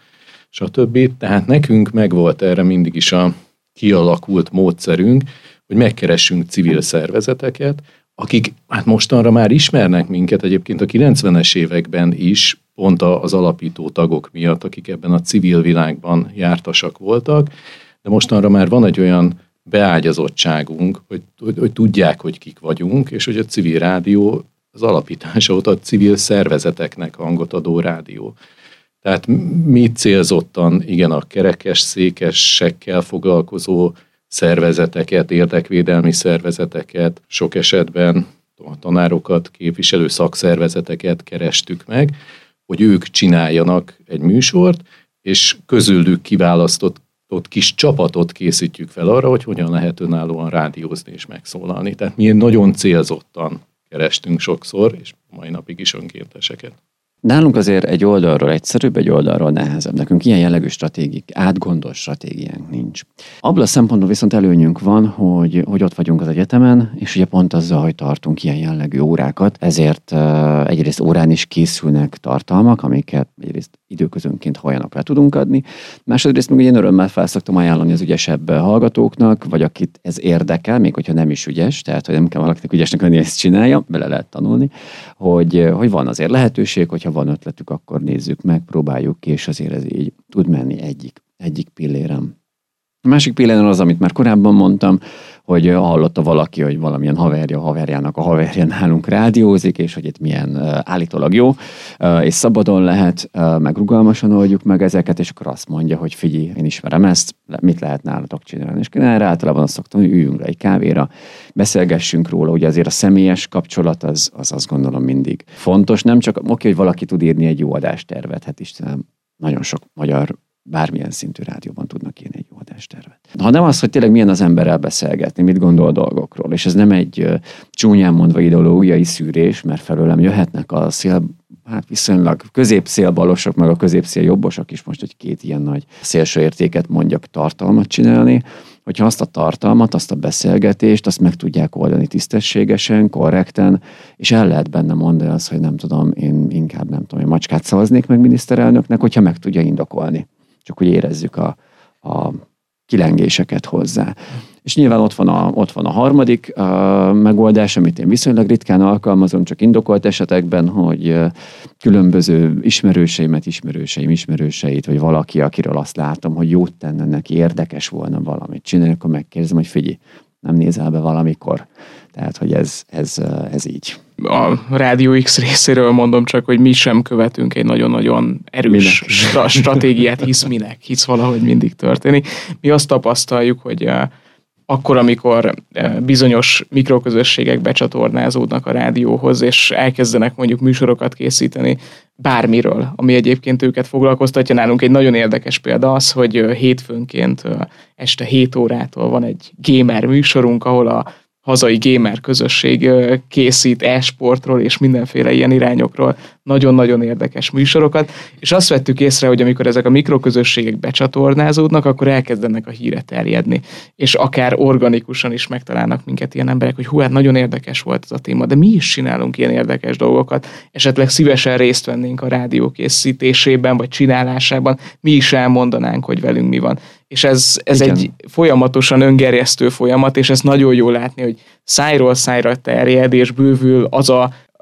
stb. Tehát nekünk megvolt erre mindig is a kialakult módszerünk, hogy megkeressünk civil szervezeteket, akik hát mostanra már ismernek minket, egyébként a kilencvenes években is, pont az alapító tagok miatt, akik ebben a civil világban jártasak voltak, de mostanra már van egy olyan beágyazottságunk, hogy, hogy, hogy tudják, hogy kik vagyunk, és hogy a civil rádió az alapítása óta a civil szervezeteknek hangot adó rádió. Tehát mi célzottan, igen, a kerekes székesekkel foglalkozó szervezeteket, érdekvédelmi szervezeteket, sok esetben a tanárokat képviselő szakszervezeteket kerestük meg, hogy ők csináljanak egy műsort, és közülük kiválasztott ott kis csapatot készítjük fel arra, hogy hogyan lehet önállóan rádiózni és megszólalni. Tehát mi nagyon célzottan kerestünk sokszor, és mai napig is önkénteseket. Nálunk azért egy oldalról egyszerűbb, egy oldalról nehezebb. Nekünk ilyen jellegű stratégiák, átgondolt stratégiánk nincs. Abban a szempontból viszont előnyünk van, hogy, hogy ott vagyunk az egyetemen, és ugye pont azzal, hogy tartunk ilyen jellegű órákat, ezért uh, egyrészt órán is készülnek tartalmak, amiket egyrészt időközönként halljanak le tudunk adni. Másodrészt meg én örömmel fel szoktam ajánlani az ügyesebb hallgatóknak, vagy akit ez érdekel, még hogyha nem is ügyes, tehát hogy nem kell valakinek ügyesnek lenni, ezt csinálja, bele lehet tanulni, hogy, hogy van azért lehetőség, hogyha van ötletük, akkor nézzük meg, próbáljuk ki, és azért ez így tud menni egyik, egyik pillérem. A másik pilléren az, amit már korábban mondtam, hogy hallotta valaki, hogy valamilyen haverja, haverjának a haverja nálunk rádiózik, és hogy itt milyen uh, állítólag jó, uh, és szabadon lehet, uh, meg rugalmasan oldjuk meg ezeket, és akkor azt mondja, hogy figyelj, én ismerem ezt, mit lehet nálatok csinálni. És erre általában azt szoktam, hogy üljünk le egy kávéra, beszélgessünk róla, ugye azért a személyes kapcsolat az, az azt gondolom mindig fontos, nem csak oké, hogy valaki tud írni egy jó adástervet, hát Istenem, nagyon sok magyar bármilyen szintű rádióban tudnak írni egy jó adástervet. Ha nem az, hogy tényleg milyen az emberrel beszélgetni, mit gondol dolgokról, és ez nem egy uh, csúnyán mondva ideológiai szűrés, mert felőlem jöhetnek a szél, hát viszonylag középszélbalosok, meg a középszél jobbosok is, most egy két ilyen nagy szélső értéket mondjak, tartalmat csinálni, hogyha azt a tartalmat, azt a beszélgetést, azt meg tudják oldani tisztességesen, korrekten, és el lehet benne mondani azt, hogy nem tudom, én inkább nem tudom, hogy macskát szavaznék meg miniszterelnöknek, hogyha meg tudja indokolni. Csak hogy érezzük a, a kilengéseket hozzá. És nyilván ott van a, ott van a harmadik uh, megoldás, amit én viszonylag ritkán alkalmazom, csak indokolt esetekben, hogy uh, különböző ismerőseimet, ismerőseim ismerőseit, vagy valaki, akiről azt látom, hogy jót tenne neki, érdekes volna valamit csinálni, akkor megkérdezem, hogy figyelj, nem nézel be valamikor. Tehát, hogy ez, ez, uh, ez így. A Rádió X részéről mondom csak, hogy mi sem követünk egy nagyon-nagyon erős stra- stratégiát, hisz minek, hisz valahogy mindig történik. Mi azt tapasztaljuk, hogy uh, akkor, amikor uh, bizonyos mikroközösségek becsatornázódnak a rádióhoz, és elkezdenek mondjuk műsorokat készíteni bármiről, ami egyébként őket foglalkoztatja. Nálunk egy nagyon érdekes példa az, hogy uh, hétfőnként uh, este hét órától van egy gamer műsorunk, ahol a hazai gamer közösség készít e-sportról és mindenféle ilyen irányokról nagyon-nagyon érdekes műsorokat, és azt vettük észre, hogy amikor ezek a mikroközösségek becsatornázódnak, akkor elkezdenek a híre terjedni, és akár organikusan is megtalálnak minket ilyen emberek, hogy hú, hát nagyon érdekes volt ez a téma, de mi is csinálunk ilyen érdekes dolgokat, esetleg szívesen részt vennénk a rádió készítésében, vagy csinálásában, mi is elmondanánk, hogy velünk mi van. És ez, ez egy folyamatosan öngerjesztő folyamat, és ez nagyon jó látni, hogy szájról szájra terjed, és bővül az a,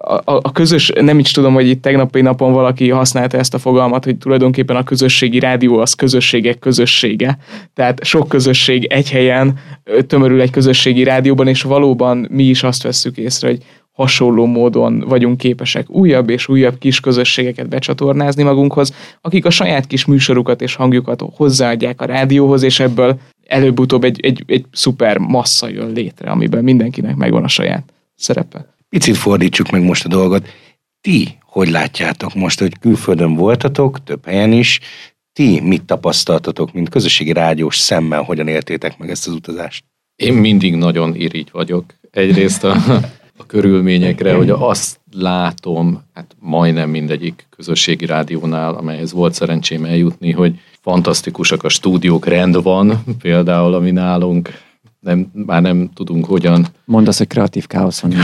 a, a közös, nem is tudom, hogy itt tegnapi napon valaki használta ezt a fogalmat, hogy tulajdonképpen a közösségi rádió az közösségek közössége. Tehát sok közösség egy helyen tömörül egy közösségi rádióban, és valóban mi is azt vesszük észre, hogy hasonló módon vagyunk képesek újabb és újabb kis közösségeket becsatornázni magunkhoz, akik a saját kis műsorukat és hangjukat hozzáadják a rádióhoz, és ebből előbb-utóbb egy, egy, egy szuper massza jön létre, amiben mindenkinek megvan a saját szerepe. Picit fordítsuk meg most a dolgot. Ti hogy látjátok most, hogy külföldön voltatok, több helyen is, ti mit tapasztaltatok, mint közösségi rádiós szemmel, hogyan éltétek meg ezt az utazást? Én mindig nagyon irigy vagyok. Egyrészt a, a körülményekre, hogy azt látom, hát majdnem mindegyik közösségi rádiónál, amelyhez volt szerencsém eljutni, hogy fantasztikusak a stúdiók, rend van, például ami nálunk, nem, már nem tudunk hogyan... Mondd azt, hogy kreatív káosz van.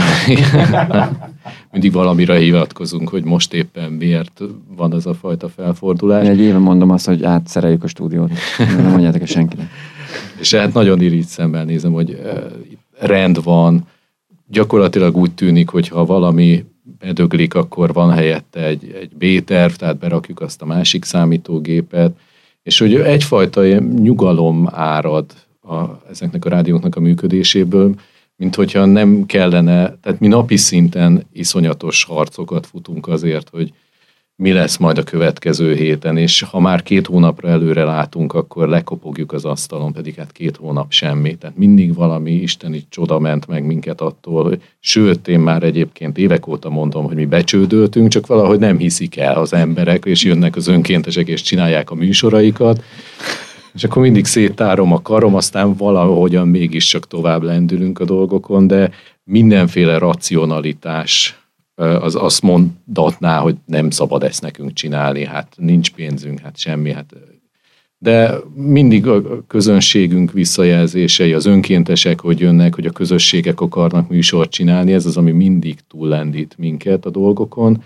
Mindig valamire hivatkozunk, hogy most éppen miért van ez a fajta felfordulás. Én egy éve mondom azt, hogy átszereljük a stúdiót. Nem mondjátok el senkinek. És hát nagyon irigy szemmel nézem, hogy rend van. Gyakorlatilag úgy tűnik, hogy ha valami bedöglik, akkor van helyette egy, egy B-terv, tehát berakjuk azt a másik számítógépet, és hogy egyfajta nyugalom árad a, ezeknek a rádióknak a működéséből, mint hogyha nem kellene, tehát mi napi szinten iszonyatos harcokat futunk azért, hogy mi lesz majd a következő héten, és ha már két hónapra előre látunk, akkor lekopogjuk az asztalon, pedig hát két hónap semmi. Tehát mindig valami isteni csoda ment meg minket attól, hogy sőt, én már egyébként évek óta mondom, hogy mi becsődöltünk, csak valahogy nem hiszik el az emberek, és jönnek az önkéntesek, és csinálják a műsoraikat, és akkor mindig széttárom a karom, aztán valahogyan mégiscsak tovább lendülünk a dolgokon, de mindenféle racionalitás az azt mondatná, hogy nem szabad ezt nekünk csinálni, hát nincs pénzünk, hát semmi, hát. De mindig a közönségünk visszajelzései, az önkéntesek, hogy jönnek, hogy a közösségek akarnak műsort csinálni, ez az, ami mindig túllendít minket a dolgokon.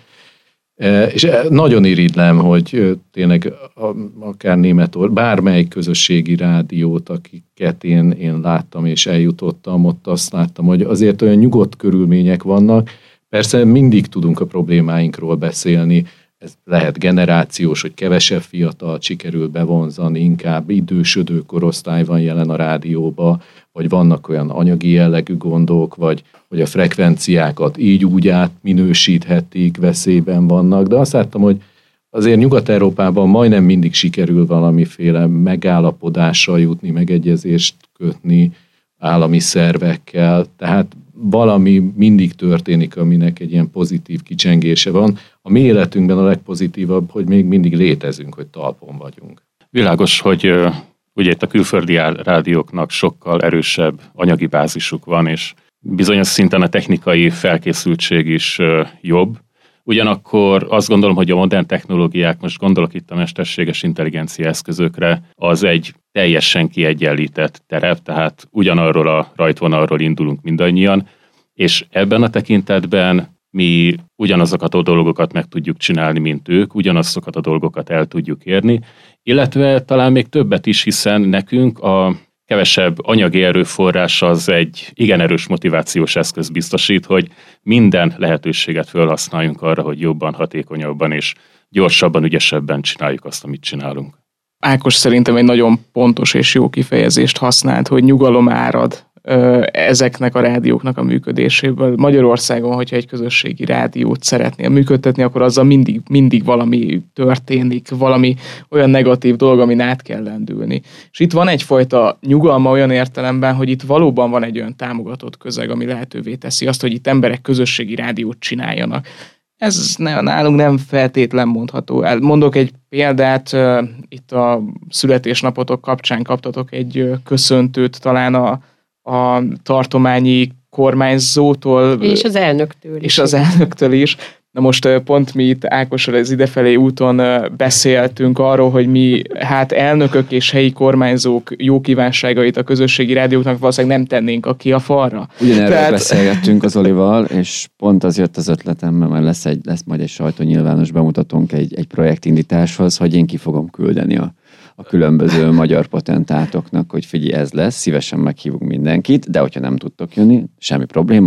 És nagyon irigylem, hogy tényleg akár Németország, bármelyik közösségi rádiót, akiket én, én láttam és eljutottam, ott azt láttam, hogy azért olyan nyugodt körülmények vannak. Persze mindig tudunk a problémáinkról beszélni, ez lehet generációs, hogy kevesebb fiatal sikerül bevonzani, inkább idősödő korosztály van jelen a rádióba, vagy vannak olyan anyagi jellegű gondok, vagy hogy a frekvenciákat így úgy átminősíthetik, veszélyben vannak, de azt láttam, hogy azért Nyugat-Európában majdnem mindig sikerül valamiféle megállapodással jutni, megegyezést kötni állami szervekkel, tehát valami mindig történik, aminek egy ilyen pozitív kicsengése van. A mi életünkben a legpozitívabb, hogy még mindig létezünk, hogy talpon vagyunk. Világos, hogy ugye itt a külföldi rádióknak sokkal erősebb anyagi bázisuk van, és bizonyos szinten a technikai felkészültség is jobb. Ugyanakkor azt gondolom, hogy a modern technológiák, most gondolok itt a mesterséges intelligencia eszközökre, az egy teljesen kiegyenlített terep, tehát ugyanarról a rajtvonalról indulunk mindannyian, és ebben a tekintetben mi ugyanazokat a dolgokat meg tudjuk csinálni, mint ők, ugyanazokat a dolgokat el tudjuk érni, illetve talán még többet is, hiszen nekünk a kevesebb anyagi erőforrás az egy igen erős motivációs eszköz biztosít, hogy minden lehetőséget felhasználjunk arra, hogy jobban, hatékonyabban és gyorsabban, ügyesebben csináljuk azt, amit csinálunk. Ákos szerintem egy nagyon pontos és jó kifejezést használt, hogy nyugalom árad ezeknek a rádióknak a működéséből. Magyarországon, hogyha egy közösségi rádiót szeretnél működtetni, akkor azzal mindig, mindig valami történik, valami olyan negatív dolog, amin át kell lendülni. És itt van egyfajta nyugalma olyan értelemben, hogy itt valóban van egy olyan támogatott közeg, ami lehetővé teszi azt, hogy itt emberek közösségi rádiót csináljanak. Ez nálunk nem feltétlen mondható el. Mondok egy példát, itt a születésnapotok kapcsán kaptatok egy köszöntőt talán a a tartományi kormányzótól. És az elnöktől is. És az elnöktől is. Na most pont mi itt Ákossal az idefelé úton beszéltünk arról, hogy mi hát elnökök és helyi kormányzók jó kívánságait a közösségi rádióknak valószínűleg nem tennénk a ki a falra. Ugyanerről Tehát... beszélgettünk az Olival, és pont az jött az ötletem, mert lesz, egy, lesz majd egy sajtónyilvános bemutatónk egy, egy projektindításhoz, hogy én ki fogom küldeni a a különböző magyar potentátoknak, hogy figyelj, ez lesz, szívesen meghívunk mindenkit, de hogyha nem tudtok jönni, semmi probléma,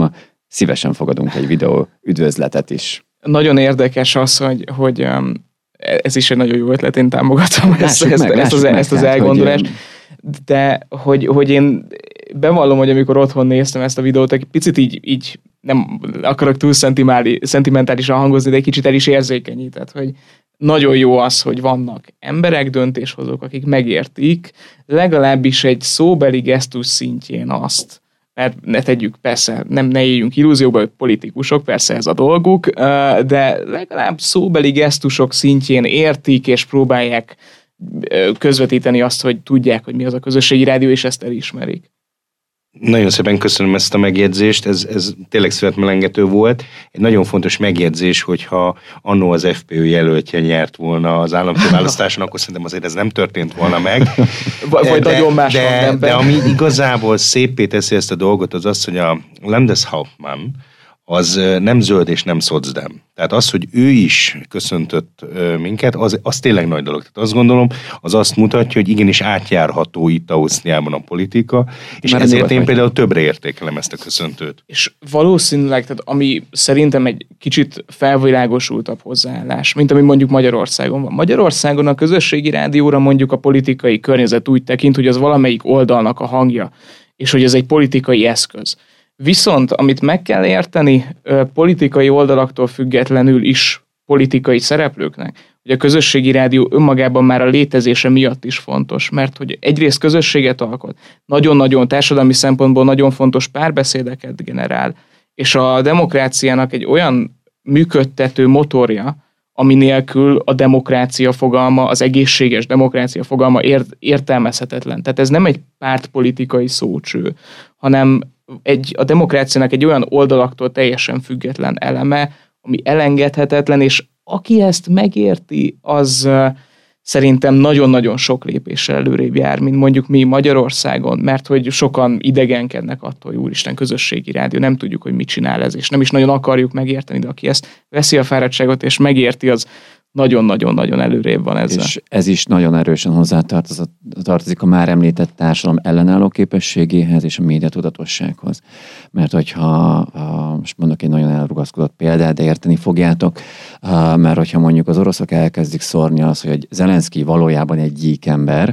szívesen fogadunk egy videó üdvözletet is. Nagyon érdekes az, hogy, hogy ez is egy nagyon jó ötlet, én támogatom ezt, meg, ezt, ezt az, ezt az elgondolást. Hogy de hogy, hogy én bevallom, hogy amikor otthon néztem ezt a videót, egy picit így, így nem akarok túl szentimentálisan hangozni, de egy kicsit el is érzékenyített, hogy nagyon jó az, hogy vannak emberek, döntéshozók, akik megértik, legalábbis egy szóbeli gesztus szintjén azt, mert ne tegyük, persze, nem ne éljünk illúzióba, hogy politikusok, persze ez a dolguk, de legalább szóbeli gesztusok szintjén értik és próbálják közvetíteni azt, hogy tudják, hogy mi az a közösségi rádió, és ezt elismerik. Nagyon szépen köszönöm ezt a megjegyzést, ez, ez tényleg születmelengető volt. Egy nagyon fontos megjegyzés, hogyha annó az ef pé ö jelöltje nyert volna az államfőválasztáson, akkor szerintem azért ez nem történt volna meg. Vagy de, nagyon más de, van, de ami igazából széppé teszi ezt a dolgot, az az, hogy a Landeshauptmann az nem zöld és nem szocdem. Tehát az, hogy ő is köszöntött minket, az, az tényleg nagy dolog. Tehát azt gondolom, az azt mutatja, hogy igenis átjárható itt Ausztriában a politika, és már ezért én például többre értékelem ezt a köszöntőt. És valószínűleg, tehát ami szerintem egy kicsit felvilágosultabb hozzáállás, mint ami mondjuk Magyarországon van. Magyarországon a közösségi rádióra mondjuk a politikai környezet úgy tekint, hogy az valamelyik oldalnak a hangja, és hogy ez egy politikai eszköz. Viszont, amit meg kell érteni politikai oldalaktól függetlenül is politikai szereplőknek, hogy a közösségi rádió önmagában már a létezése miatt is fontos, mert hogy egyrészt közösséget alkot, nagyon-nagyon társadalmi szempontból nagyon fontos párbeszédeket generál, és a demokráciának egy olyan működtető motorja, ami nélkül a demokrácia fogalma, az egészséges demokrácia fogalma ért, értelmezhetetlen. Tehát ez nem egy pártpolitikai szócső, hanem egy, a demokráciának egy olyan oldalaktól teljesen független eleme, ami elengedhetetlen, és aki ezt megérti, az uh, szerintem nagyon-nagyon sok lépéssel előrébb jár, mint mondjuk mi Magyarországon, mert hogy sokan idegenkednek attól, hogy úristen, közösségi rádió, nem tudjuk, hogy mit csinál ez, és nem is nagyon akarjuk megérteni, de aki ezt veszi a fáradtságot és megérti, az nagyon-nagyon-nagyon előrébb van ezzel. És ez is nagyon erősen hozzátartozik a már említett társadalom ellenálló képességéhez és a médiatudatossághoz. Mert hogyha, most mondok egy nagyon elrugaszkodott példát, de érteni fogjátok, mert hogyha mondjuk az oroszok elkezdik szórni azt, hogy Zelenszkij valójában egy gyík ember,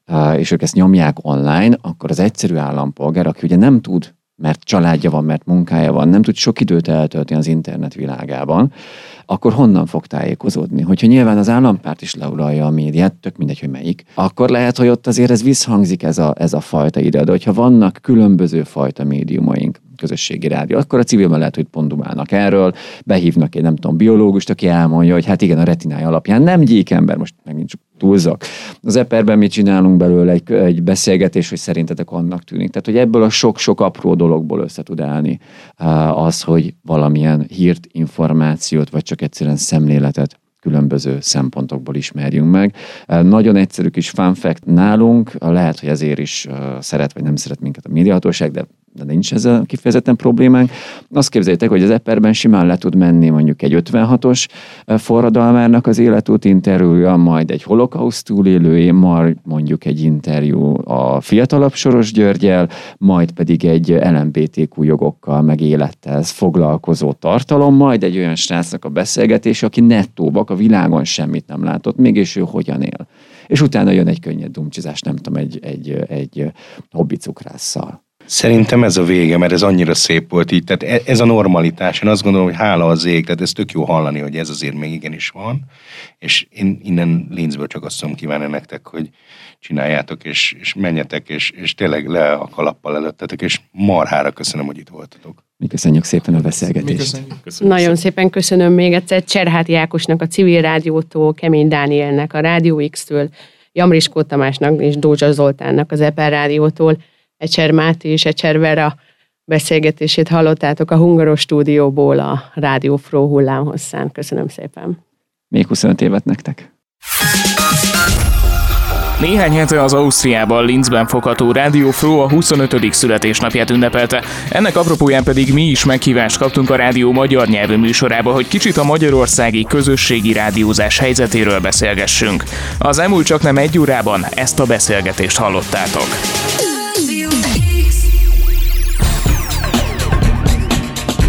és ők ezt nyomják online, akkor az egyszerű állampolgár, aki ugye nem tud, mert családja van, mert munkája van, nem tud sok időt eltölteni az internet világában, akkor honnan fog tájékozódni? Hogyha nyilván az állampárt is leuralja a médiát, tök mindegy, hogy melyik, akkor lehet, hogy ott azért ez visszhangzik ez a, ez a fajta ide. De hogyha vannak különböző fajta médiumaink, közösségi rádió, akkor a civilben lehet, hogy pont dumálnak erről, behívnak egy, nem tudom, biológust, aki elmondja, hogy hát igen, a retinája alapján nem gyík ember, most megint csak túlzok. Az eperben mit csinálunk belőle egy, egy beszélgetés, hogy szerintetek annak tűnik. Tehát, hogy ebből a sok-sok apró dologból össze tud állni az, hogy valamilyen hírt, információt, vagy csak egyszerűen szemléletet különböző szempontokból ismerjünk meg. Nagyon egyszerű kis fun fact nálunk, lehet, hogy ezért is szeret vagy nem szeret minket a médiahatóság, de de nincs ezzel kifejezetten problémánk. Azt képzeljétek, hogy az eperben simán le tud menni mondjuk egy ötvenhatos forradalmárnak az életút interjúja, majd egy holokauszt túlélője, majd mondjuk egy interjú a fiatalabb Soros Györgyel, majd pedig egy el em bé té kú jogokkal, meg élettel foglalkozó tartalom, majd egy olyan srácnak a beszélgetés, aki nettóbbak, a világon semmit nem látott, mégis ő hogyan él. És utána jön egy könnyed dumcsizás, nem tudom, egy, egy, egy hobbi cukrásszal. Szerintem ez a vége, mert ez annyira szép volt így, tehát ez a normalitás. Én azt gondolom, hogy hála az ég, tehát ez tök jó hallani, hogy ez azért még igenis van, és én innen Linzből csak azt tudom kívánni nektek, hogy csináljátok, és, és menjetek, és, és tényleg le a kalappal előttetek, és marhára köszönöm, hogy itt voltatok. Mi köszönjük szépen a beszélgetést. Köszönjük. Köszönjük Nagyon szépen. szépen köszönöm még egyszer Cserháti Ákosnak, a Civil Rádiótól, Kemény Dánielnek, a Rádió X-től, Jamriskó Tamásnak és Dózsa Zoltánnak az Eper Rádiótól, Ecser Máté és Ecser Vera beszélgetését hallottátok a Hungaros stúdióból a Rádió Fró hullámhosszán. Köszönöm szépen. Még huszonöt évet nektek. Néhány hete az Ausztriában, Linzben fogható Rádió Fró a huszonötödik születésnapját ünnepelte. Ennek apropóján pedig mi is meghívást kaptunk a rádió magyar nyelvű műsorába, hogy kicsit a magyarországi közösségi rádiózás helyzetéről beszélgessünk. Az elmúlt csaknem egy órában ezt a beszélgetést hallottátok.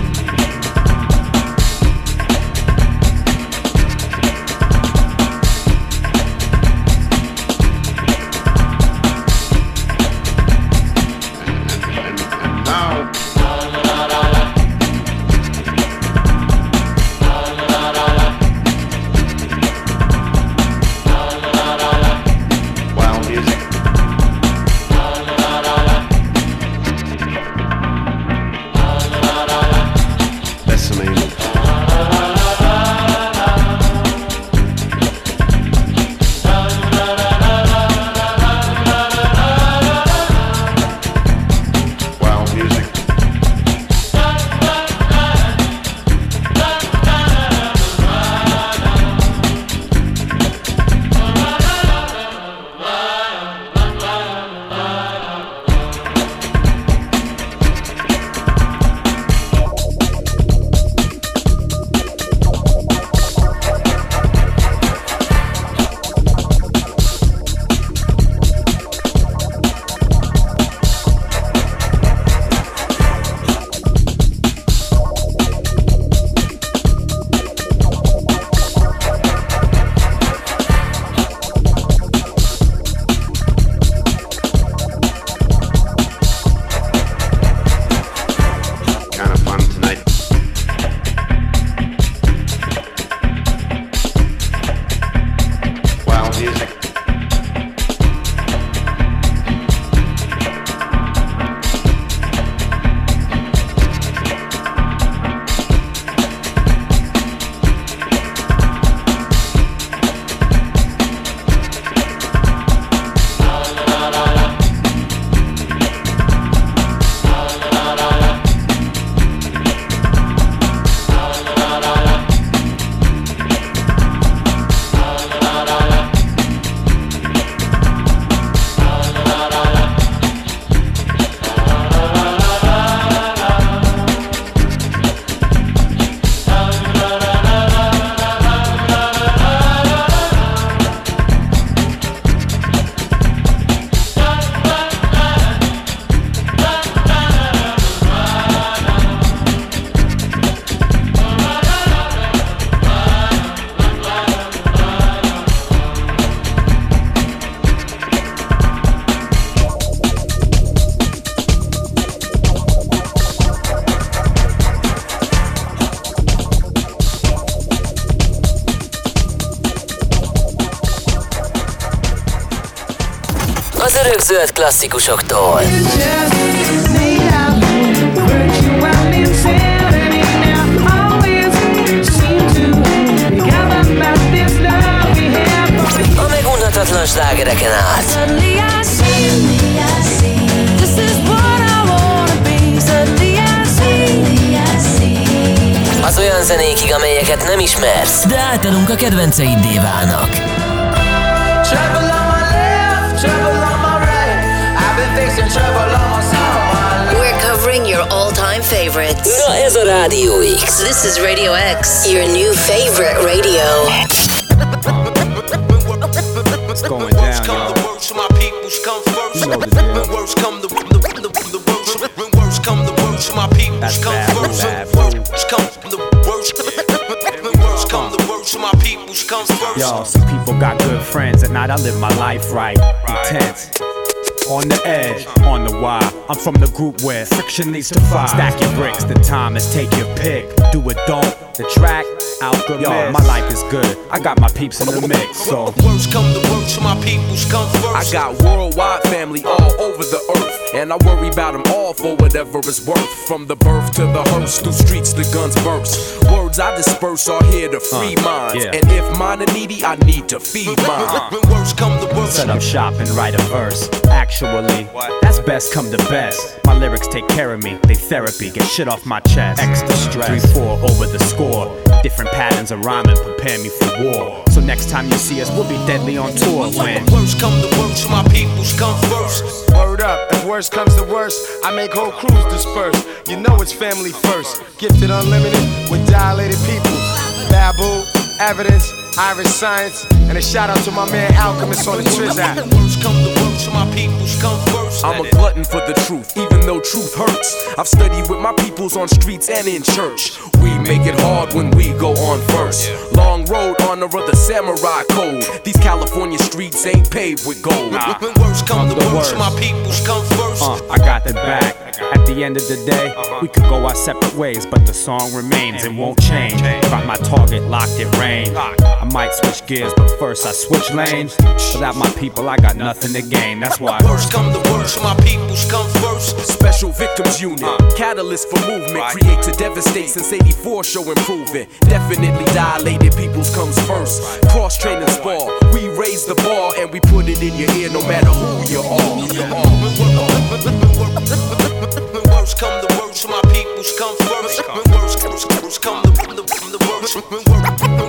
zöld klasszikusoktól. A megunhatatlan slágereken át. Az olyan zenékig, amelyeket nem ismersz, de általunk a kedvenceiddé válnak. We're covering your all-time favorites. Na ez a Radio X. This is Radio X, your new favorite radio. It's going down, y'all. You know the deal. That's bad, that's bad. Yo, some people got good friends. At night I live my life right, intense. On the edge, on the wire. I'm from the group where friction leads to fire. Stack your bricks, the time is take your pick. Do it, don't. The track, alchemist. Yo, my life is good. I got my peeps in the mix, so. Worst come to worst, my peoples come first. I got worldwide family all over the earth, and I worry about them all for whatever it's worth. From the birth to the hearse, through streets the guns burst. Words I disperse are here to free uh, minds, yeah. And if mine are needy, I need to feed mine. When worst come to worst, set up shop and write a verse. Actually, what? That's best come to best. My lyrics take care of me, they therapy, get shit off my chest. Extra stress, three four over the score. Different patterns of rhyming prepare me for war. So next time you see us, we'll be deadly on tour. When worst come to worst, my peoples come first. Word up, if worst comes to worst, I make whole crews disperse. You know it's family first. Gifted unlimited with dilated people. Babu, Evidence, Irish Science, and a shout out to my man Alchemist on the Trizak. Worst come to worst, my peoples come first. I'm a glutton for the truth, even though truth hurts. I've studied with my peoples on streets and in church. We make it hard when we go on first. Long road, honor of the samurai code. These California streets ain't paved with gold. Nah. When worst come to worst, my peoples come first. Uh, I got the back. At the end of the day, we could go our separate ways, but the song remains and won't change. Got my target locked in range. I might switch gears, but first I switch lanes. Without my people, I got nothing to gain. That's why worst come to worst, my peoples come first. Special Victims Unit, catalyst for movement, create to devastate since eighty-four, show improvement. Definitely dilated peoples comes first. Cross train and spar, we raise the bar and we put it in your ear no matter who you are. When worst come to worst, my peoples come first. When worst, worst come to the worst.